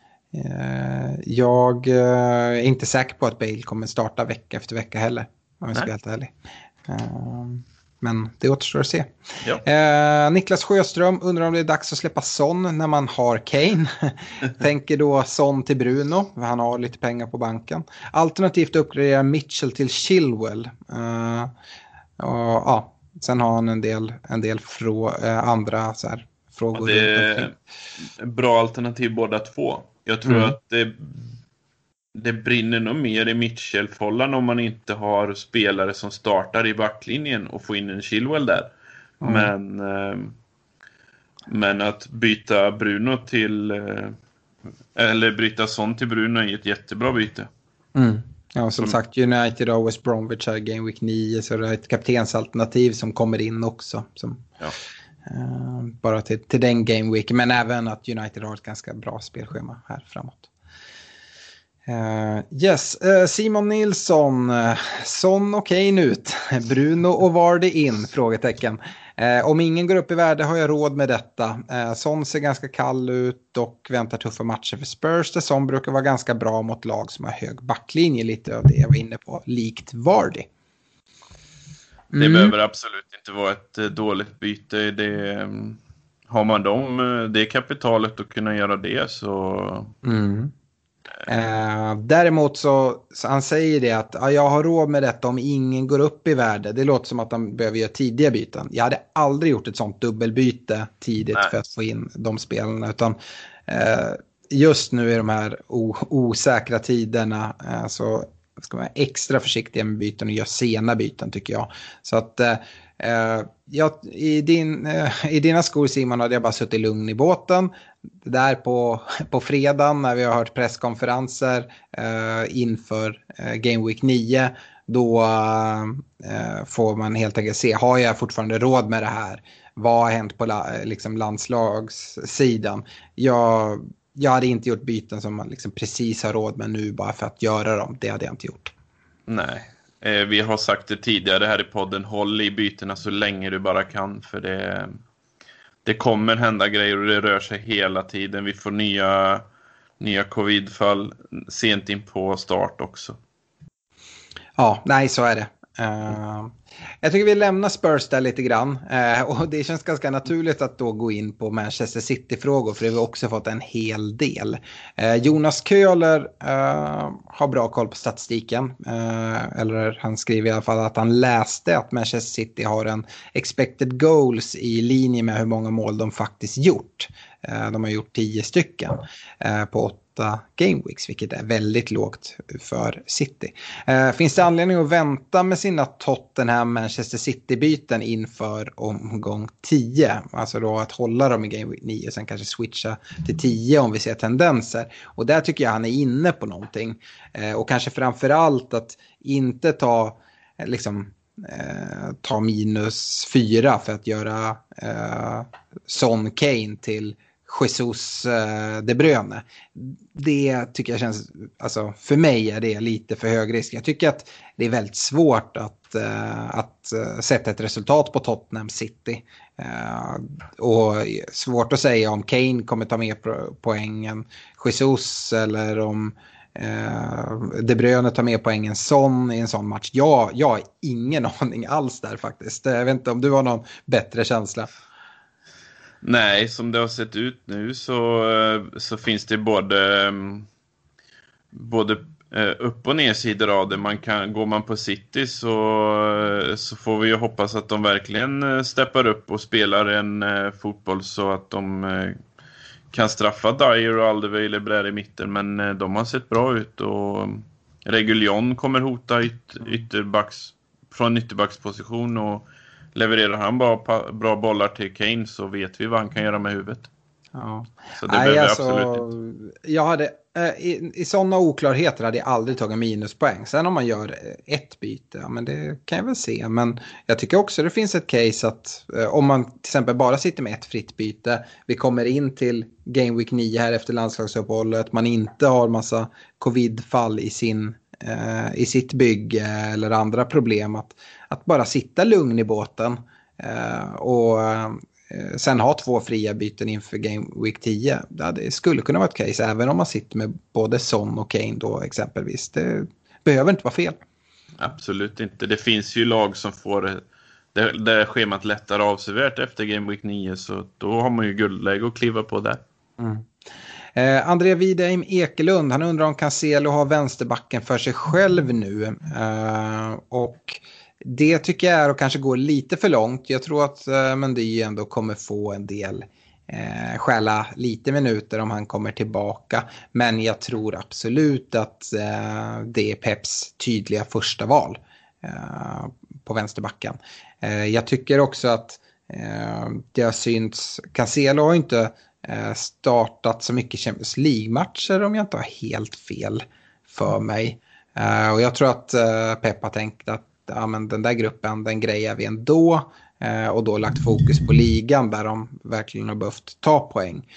S4: uh, jag uh, är inte säker på att Bale kommer starta vecka efter vecka heller, om jag ska vara helt ärlig. Uh, men det återstår att se.
S5: Ja.
S4: Uh, Niklas Sjöström undrar om det är dags att släppa Son när man har Kane. Tänker då Son till Bruno, han har lite pengar på banken. Alternativt uppgradera Mitchell till Chilwell. Uh, Och, ja, sen har han en del, en del frå, eh, andra så här, frågor.
S5: Ja, det är bra alternativ båda två. Jag tror mm. att det, det brinner nog mer i Mitchell-follan om man inte har spelare som startar i backlinjen och får in en Chilwell där. Mm. Men, eh, men att byta Bruno till eh, eller byta Son till Bruno är ett jättebra byte.
S4: Mm. Ja, som sagt, United och West Bromwich här Game Week nio, så det är ett kaptensalternativ som kommer in också. Som,
S5: ja.
S4: uh, bara till, till den Game Week, men även att United har ett ganska bra spelschema här framåt. Uh, yes, uh, Simon Nilsson, uh, Son och Kane ut, Bruno och Vardy in, frågetecken. Uh, om ingen går upp i värde har jag råd med detta. Uh, Son ser ganska kall ut och väntar tuffa matcher för Spurs, där Son brukar vara ganska bra mot lag som har hög backlinje, lite av det jag var inne på, likt Vardy.
S5: Mm. Det behöver absolut inte vara ett uh, dåligt byte. Det, um, har man dem, uh, det kapitalet att kunna göra det, så...
S4: Mm. Eh, däremot så, så han säger det att ja, jag har råd med detta om ingen går upp i värde. Det låter som att han behöver göra tidiga byten. Jag hade aldrig gjort ett sånt dubbelbyte tidigt. Nej. För att få in de spelarna, utan eh, just nu i de här o- osäkra tiderna eh, så ska man vara extra försiktiga med byten och göra sena byten, tycker jag. Så att eh, jag, i, din, eh, i dina skor, Simon, hade jag bara suttit lugn i båten. Där på, på fredagen när vi har hört presskonferenser eh, inför eh, Game Week nio, då eh, får man helt enkelt se, har jag fortfarande råd med det här? Vad har hänt på la, liksom landslagssidan? Jag, jag hade inte gjort byten som man liksom precis har råd med nu bara för att göra dem. Det hade jag inte gjort.
S5: Nej, eh, vi har sagt det tidigare här i podden, håll i bytena så länge du bara kan, för det... Det kommer hända grejer och det rör sig hela tiden. Vi får nya, nya covid-fall sent in på start också.
S4: Ja, nej, så är det. Uh, jag tycker vi lämnar Spurs där lite grann. Uh, och det känns ganska naturligt att då gå in på Manchester City-frågor, för det har vi också fått en hel del. Uh, Jonas Köhler uh, har bra koll på statistiken. Uh, eller han skriver i alla fall att han läste att Manchester City har en expected goals i linje med hur många mål de faktiskt gjort. Uh, de har gjort tio stycken uh, på åtta game weeks, vilket är väldigt lågt för City. Uh, finns det anledning att vänta med sina Tottenham Manchester City-byten inför omgång tio? Alltså då att hålla dem i game week nio och sen kanske switcha till tio om vi ser tendenser. Och där tycker jag han är inne på någonting. Uh, och kanske framförallt att inte ta liksom uh, ta minus fyra för att göra uh, Son Kane till Jesus eh, De Bruyne. Det tycker jag känns, alltså för mig är det lite för hög risk. Jag tycker att det är väldigt svårt att, eh, att uh, sätta ett resultat på Tottenham City. Uh, och svårt att säga om Kane kommer ta med poängen Jesus eller om uh, De Bruyne tar med poängen Son i en sån match. Jag, jag har ingen aning alls där faktiskt. Jag vet inte om du har någon bättre känsla.
S5: Nej, som det har sett ut nu så, så finns det både, både upp- och nedsidor av det. Man kan, går man på City så, så får vi ju hoppas att de verkligen steppar upp och spelar en fotboll så att de kan straffa Dyer och Alderweireld i mitten. Men de har sett bra ut och Reguilón kommer hota yt, ytterbacks, från ytterbacksposition och levererar han bara bra bollar till Kane så vet vi vad han kan göra med huvudet.
S4: Ja.
S5: Så det behöver
S4: alltså,
S5: absolut inte.
S4: Jag hade, i, I sådana oklarheter hade jag aldrig tagit minuspoäng. Sen om man gör ett byte, ja, men det kan jag väl se. Men jag tycker också det finns ett case att om man till exempel bara sitter med ett fritt byte. Vi kommer in till Game Week nio här efter landslagsuppehållet. Man inte har massa covid-fall i sin i sitt bygge eller andra problem, att, att bara sitta lugn i båten eh, och eh, sen ha två fria byten inför Game Week tio. Ja, det skulle kunna vara ett case även om man sitter med både Son och Kane då exempelvis. Det behöver inte vara fel.
S5: Absolut inte. Det finns ju lag som får det, det schemat lättare avsevärt efter Game Week nio, så då har man ju guldläge att kliva på där.
S4: Mm. Eh, André Widheim Ekelund, han undrar om Cancelo har vänsterbacken för sig själv nu. Eh, och det tycker jag är att kanske gå lite för långt. Jag tror att eh, Mendy ändå kommer få en del eh, stjäla lite minuter om han kommer tillbaka. Men jag tror absolut att eh, det är Peps tydliga första val eh, på vänsterbacken. Eh, jag tycker också att eh, det har synts, Cancelo har inte startat så mycket Champions League-matcher om jag inte har helt fel för mig. Uh, och jag tror att uh, Pep har tänkt att ja, men den där gruppen, den grejer vi ändå. Uh, och då lagt fokus på ligan där de verkligen har behövt ta poäng.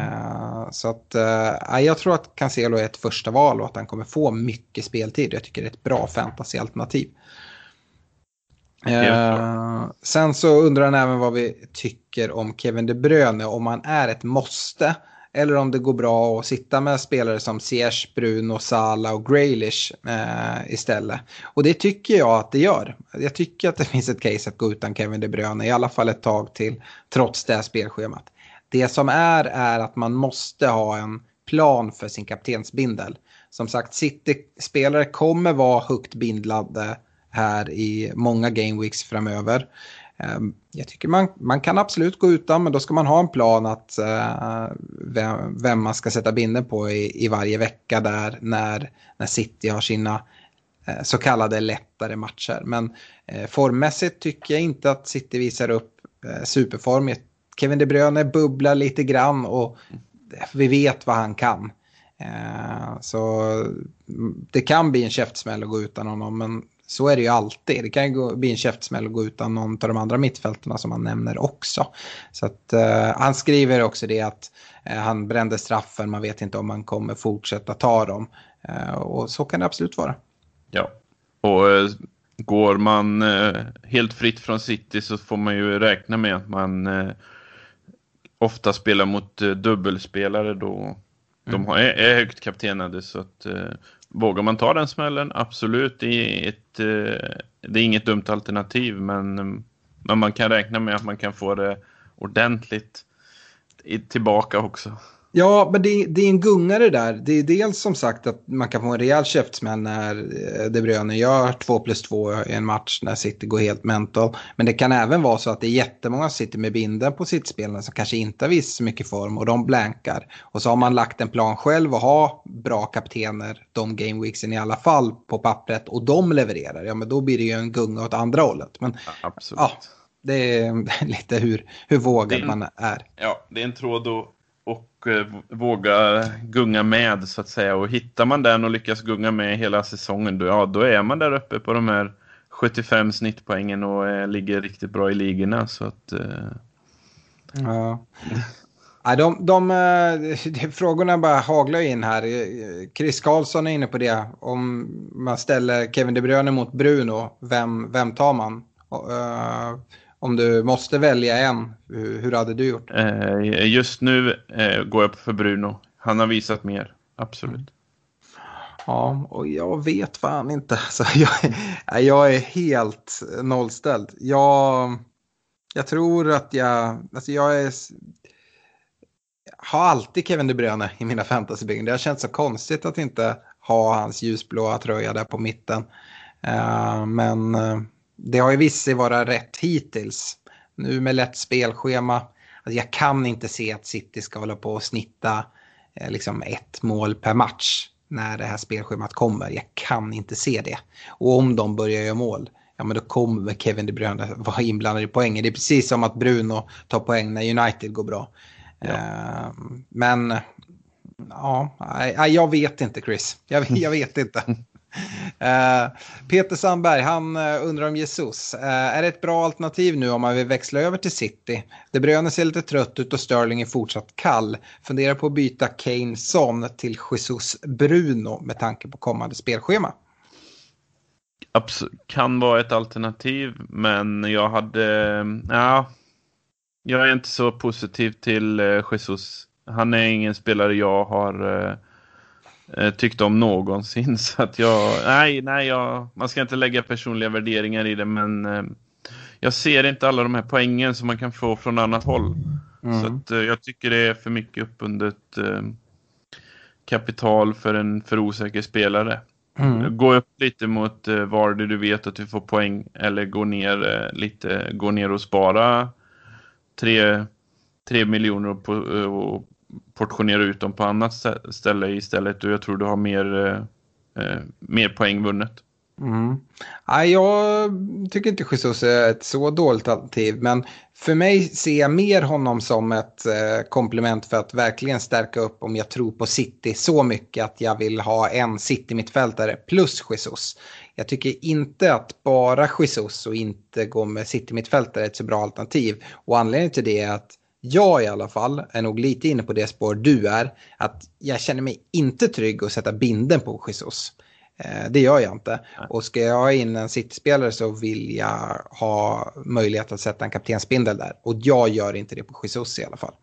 S4: Uh, så att uh, jag tror att Cancelo är ett första val och att han kommer få mycket speltid. Jag tycker det är ett bra fantasy-alternativ. Uh, sen så undrar han även vad vi tycker om Kevin De Bruyne, om han är ett måste eller om det går bra att sitta med spelare som Ziyech, Bruno, Salah och Grealish uh, istället. Och det tycker jag att det gör. Jag tycker att det finns ett case att gå utan Kevin De Bruyne i alla fall ett tag till, trots det här spelschemat. Det som är är att man måste ha en plan för sin kaptensbindel. Som sagt, City-spelare kommer vara högt bindlade här i många game weeks framöver. Jag tycker man, man kan absolut gå utan, men då ska man ha en plan att uh, vem, vem man ska sätta binden på i, i varje vecka där när, när City har sina uh, så kallade lättare matcher. Men uh, formmässigt tycker jag inte att City visar upp uh, superform. Kevin De Bruyne bubblar lite grann och vi vet vad han kan. Uh, så det kan bli en käftsmäll att gå utan honom, men så är det ju alltid. Det kan ju bli en käftsmäll att gå utan någon av de andra mittfälterna som han nämner också. Så att uh, han skriver också det att uh, han brände straffen. Man vet inte om man kommer fortsätta ta dem. Uh, och så kan det absolut vara.
S5: Ja, och uh, går man uh, helt fritt från City så får man ju räkna med att man uh, ofta spelar mot uh, dubbelspelare då. Mm. De har, är, är högt kaptenade, så att uh, vågar man ta den smällen, absolut. Det är, ett, uh, det är inget dumt alternativ, men, um, men man kan räkna med att man kan få det ordentligt i, tillbaka också.
S4: Ja, men det, det är en gungare där. Det är dels som sagt att man kan få en rejäl käftsmäll när De Bruyne gör två plus två i en match när City går helt mental. Men det kan även vara så att det är jättemånga som sitter med binden på sitt spelare som kanske inte har visat så mycket form och de blankar. Och så har man lagt en plan själv och har bra kaptener de gameweeksen i alla fall på pappret och de levererar. Ja, men då blir det ju en gunga åt andra hållet. Men
S5: ja, absolut.
S4: Ja, det är lite hur, hur vågad
S5: en,
S4: man är.
S5: Ja, det är en tråd då. Och eh, våga gunga med, så att säga. Och hittar man den och lyckas gunga med hela säsongen, då, ja, då är man där uppe på de här sjuttiofem snittpoängen och eh, ligger riktigt bra i ligorna. Så att, eh...
S4: ja. Ja, de, de, de frågorna bara haglar in här. Chris Karlsson är inne på det. Om man ställer Kevin De Bruyne mot Bruno, vem, vem tar man? Uh, om du måste välja en, hur, hur hade du gjort?
S5: Uh, just nu uh, går jag för Bruno. Han har visat mer, absolut. Mm.
S4: Ja, och jag vet fan inte. Så jag, jag är helt nollställd. Jag, jag tror att jag... Alltså jag är... har alltid Kevin De Bruyne i mina fantasybyggen. Det har känts så konstigt att inte ha hans ljusblåa tröja där på mitten. Uh, men uh, det har ju visst sig vara rätt hittills. Nu med lätt spelschema. Alltså jag kan inte se att City ska hålla på och snitta uh, liksom ett mål per match när det här spelschemat kommer. Jag kan inte se det. Och om de börjar göra mål, ja men då kommer Kevin De Bruyne vara inblandad i poängen. Det är precis som att Bruno tar poäng när United går bra. Ja. Uh, men ja, uh, jag vet inte Chris. Jag, jag vet inte. uh, Peter Sandberg, han uh, undrar om Jesus. Uh, är det ett bra alternativ nu om man vill växla över till City? De Bruyne ser lite trött ut och Sterling är fortsatt kall. Funderar på att byta Kane Son till Jesus Bruno med tanke på kommande spelschema.
S5: Absolut, kan vara ett alternativ, men jag hade... Ja, jag är inte så positiv till uh, Jesus. Han är ingen spelare jag har uh, tyckt om någonsin. Så att jag... Nej, nej jag, man ska inte lägga personliga värderingar i det, men uh, jag ser inte alla de här poängen som man kan få från annat håll. Mm. Så att uh, jag tycker det är för mycket uppbundet uh, kapital för en för osäker spelare. Mm. Gå upp lite mot uh, var det du vet att du får poäng, eller gå ner uh, lite, gå ner och spara tre, tre miljoner och, på, och portionera ut dem på annat ställe istället. Och jag tror du har mer, eh, mer poäng vunnet.
S4: Mm. Ja, jag tycker inte Jesus är ett så dåligt alternativ, men för mig ser jag mer honom som ett eh, komplement för att verkligen stärka upp om jag tror på City så mycket att jag vill ha en City-mittfältare plus Jesus. Jag tycker inte att bara Jesus och inte gå med City-mittfältare är ett så bra alternativ. Och anledningen till det är att jag i alla fall är nog lite inne på det spår du är. Att jag känner mig inte trygg att sätta binden på Jesus. Eh, det gör jag inte. Och ska jag ha in en City-spelare så vill jag ha möjlighet att sätta en kaptensbindel där. Och jag gör inte det på Jesus i alla fall.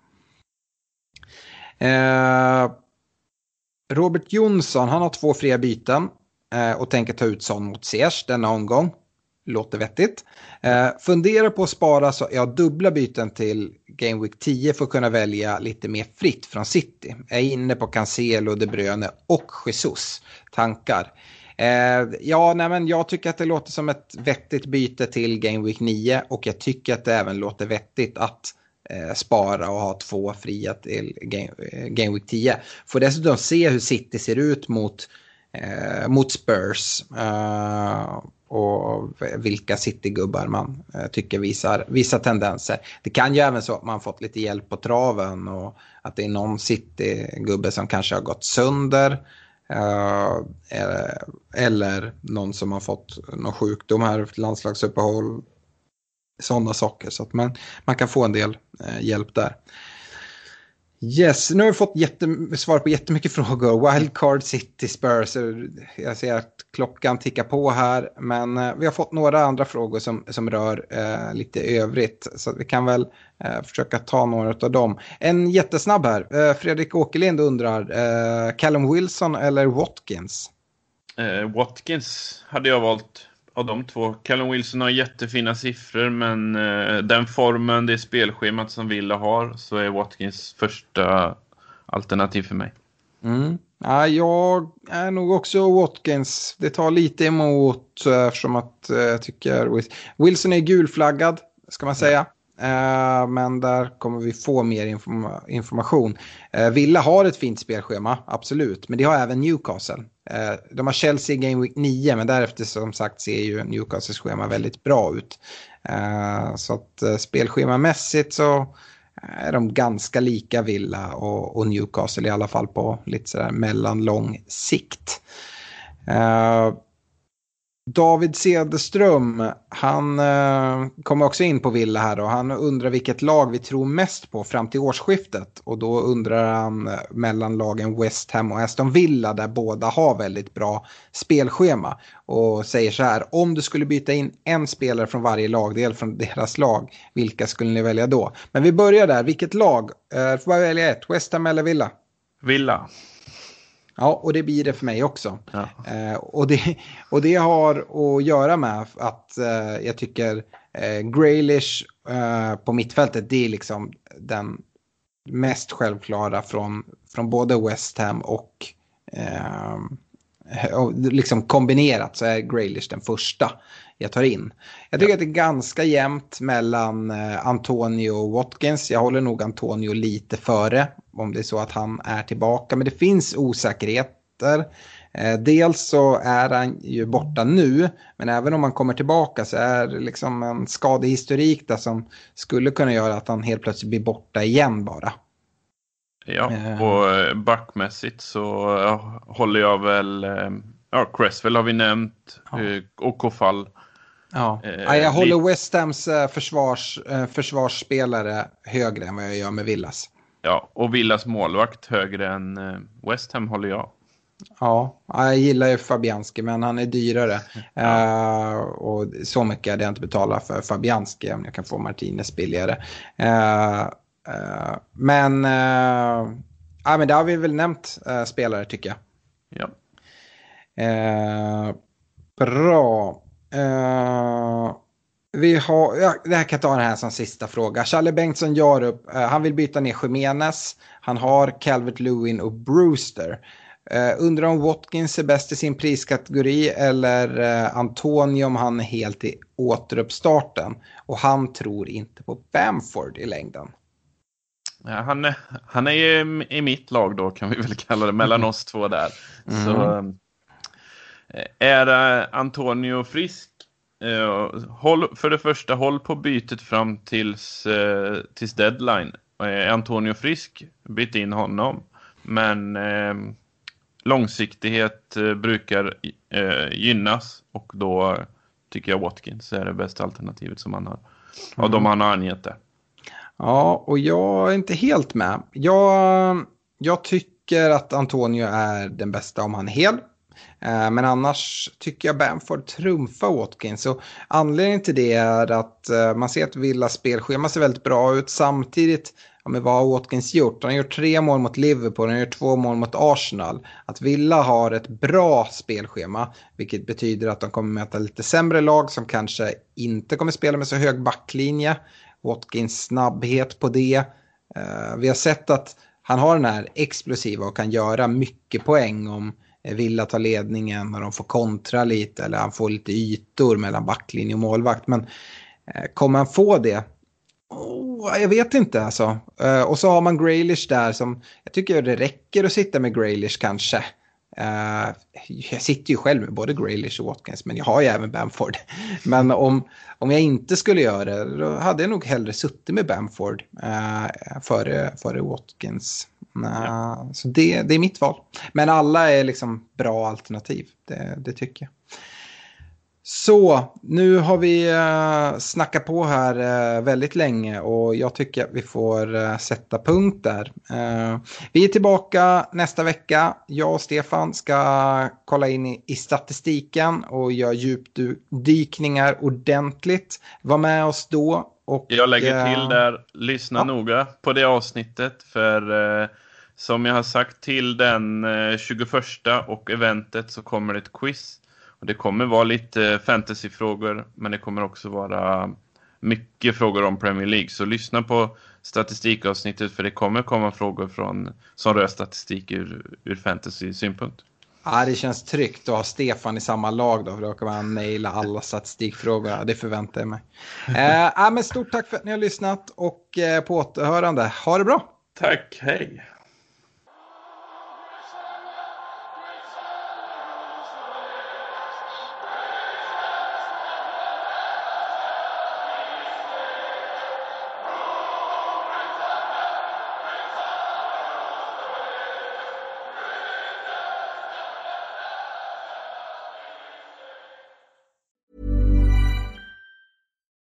S4: Eh, Robert Jonsson, han har två fria byten. Och tänker ta ut sån mot Ziyech denna omgång. Låter vettigt. Eh, fundera på att spara så jag har dubbla byten till Game Week tio för att kunna välja lite mer fritt från City. Jag är inne på Cancelo, De Bruyne och Jesus. Tankar. Eh, ja, nej, men jag tycker att det låter som ett vettigt byte till Game Week nio. Och jag tycker att det även låter vettigt att eh, spara och ha två fria till Game, eh, Game Week tio. Får dessutom se hur City ser ut mot Eh, mot Spurs eh, och vilka City-gubbar man eh, tycker visar, visar tendenser. Det kan ju även så att man fått lite hjälp på traven och att det är någon City-gubbe som kanske har gått sönder eh, eller, eller någon som har fått någon sjukdom här efter landslagsuppehåll, sådana saker. Så att man, man kan få en del eh, hjälp där. Yes, nu har vi fått jätte- svar på jättemycket frågor. Wildcard, City, Spurs. Jag ser att klockan tickar på här. Men eh, vi har fått några andra frågor som, som rör eh, lite övrigt. Så vi kan väl eh, försöka ta några av dem. En jättesnabb här. Eh, Fredrik Åkerlind undrar. Eh, Callum Wilson eller Watkins?
S5: Eh, Watkins hade jag valt av de två. Callum Wilson har jättefina siffror, men eh, den formen, det spelschemat som Villa har, så är Watkins första alternativ för mig.
S4: Mm. Ja, jag är nog också Watkins. Det tar lite emot eftersom att jag eh, tycker Wilson är gulflaggad, ska man säga. Uh, men där kommer vi få mer inform- information. Uh, Villa har ett fint spelschema, absolut. Men det har även Newcastle. Uh, de har Chelsea i Game Week nio, men därefter som sagt ser ju Newcastles schema väldigt bra ut. Uh, så att uh, spelschemamässigt så är de ganska lika Villa och, och Newcastle, i alla fall på lite sådär mellanlång sikt. Uh, David Cederström, han eh, kommer också in på Villa här och han undrar vilket lag vi tror mest på fram till årsskiftet. Och då undrar han eh, mellan lagen West Ham och Aston Villa där båda har väldigt bra spelschema. Och säger så här, om du skulle byta in en spelare från varje lagdel från deras lag, vilka skulle ni välja då? Men vi börjar där, vilket lag? Eh, får jag välja ett, West Ham eller Villa?
S5: Villa.
S4: Ja, och det blir det för mig också.
S5: Ja.
S4: Eh, och, det, och det har att göra med att eh, jag tycker eh, Grealish eh, på mittfältet, det är liksom den mest självklara från, från både West Ham och, eh, och liksom kombinerat så är Grealish den första jag tar in. Jag tycker ja. att det är ganska jämnt mellan eh, Antonio och Watkins. Jag håller nog Antonio lite före om det är så att han är tillbaka. Men det finns osäkerheter. Eh, dels så är han ju borta nu. Men även om han kommer tillbaka så är det liksom en skadehistorik där som skulle kunna göra att han helt plötsligt blir borta igen bara.
S5: Ja, och backmässigt så ja, håller jag väl... Ja, Cresswell har vi nämnt. Ja. Och Kofall.
S4: Ja. ja, jag håller West Hams försvars, försvarsspelare högre än vad jag gör med Villas.
S5: Ja, och Villas målvakt högre än West Ham håller jag.
S4: Ja, jag gillar ju Fabianski men han är dyrare. Ja. Uh, och så mycket hade jag inte betalat för Fabianski om jag kan få Martinez billigare. Uh, uh, men, uh, ja, men det har vi väl nämnt uh, spelare tycker jag.
S5: Ja.
S4: Uh, bra. Uh, vi har, ja, det här kan jag ta den här som sista fråga. Charlie Bengtsson gör upp, uh, han vill byta ner Jimenez. Han har Calvert-Lewin och Brewster. Uh, undrar om Watkins är bäst i sin priskategori eller uh, Antonio om han är helt i återuppstarten. Och han tror inte på Bamford i längden.
S5: Ja, han, är, han är ju i mitt lag då kan vi väl kalla det, mellan mm. oss två där. Mm. Så är Antonio frisk? Uh, håll, för det första, håll på bytet fram tills, uh, tills deadline. Är Antonio frisk? Byt in honom. Men uh, långsiktighet uh, brukar uh, gynnas och då tycker jag Watkins är det bästa alternativet som han har. Och mm. de han har angett det.
S4: Ja, och jag är inte helt med. Jag, jag tycker att Antonio är den bästa om han är hel. Men annars tycker jag Bamford trumfar Watkins. Och anledningen till det är att man ser att Villas spelschema ser väldigt bra ut. Samtidigt, ja, men vad har Watkins gjort? Han har gjort tre mål mot Liverpool, han har gjort två mål mot Arsenal. Att Villa har ett bra spelschema, vilket betyder att de kommer möta lite sämre lag som kanske inte kommer spela med så hög backlinje. Watkins snabbhet på det. Vi har sett att han har den här explosiva och kan göra mycket poäng om Villa tar ledningen och de får kontra lite eller han får lite ytor mellan backlinje och målvakt. Men eh, kommer han få det? Oh, jag vet inte alltså. Eh, och så har man Grealish där som jag tycker det räcker att sitta med Grealish kanske. Eh, jag sitter ju själv med både Grealish och Watkins men jag har ju även Bamford. Men om, om jag inte skulle göra det då hade jag nog hellre suttit med Bamford eh, före, före Watkins. Ja. Så det, det är mitt val. Men alla är liksom bra alternativ. Det, det tycker jag. Så nu har vi uh, snackat på här uh, väldigt länge. Och jag tycker att vi får uh, sätta punkt där. Uh, vi är tillbaka nästa vecka. Jag och Stefan ska kolla in i, i statistiken. Och göra djupdykningar ordentligt. Var med oss då. Och,
S5: jag lägger till där. Lyssna
S4: ja.
S5: noga på det avsnittet. För... Uh... Som jag har sagt till den tjugoförsta och eventet så kommer det ett quiz. Och det kommer vara lite fantasyfrågor men det kommer också vara mycket frågor om Premier League. Så lyssna på statistikavsnittet för det kommer komma frågor från, som rör statistik ur, ur fantasy-synpunkt.
S4: Ja, det känns tryggt att ha Stefan i samma lag då. För då kan man naila alla statistikfrågor. Det förväntar jag mig. eh, ja, men stort tack för att ni har lyssnat och eh, på återhörande. Ha det bra!
S5: Tack, hej!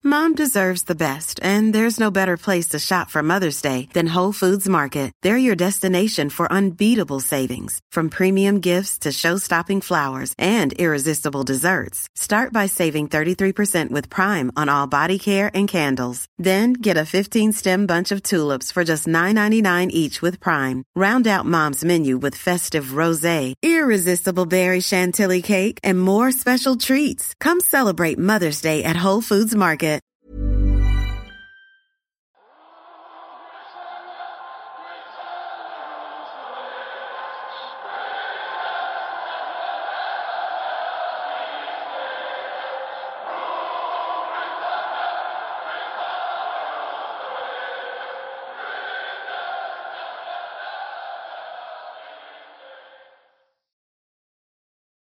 S6: Mom deserves the best, and there's no better place to shop for Mother's Day than Whole Foods Market. They're your destination for unbeatable savings, from premium gifts to show-stopping flowers and irresistible desserts. Start by saving thirty-three percent with Prime on all body care and candles. Then get a fifteen-stem bunch of tulips for just nine ninety-nine each with Prime. Round out Mom's menu with festive rosé, irresistible berry chantilly cake, and more special treats. Come celebrate Mother's Day at Whole Foods Market.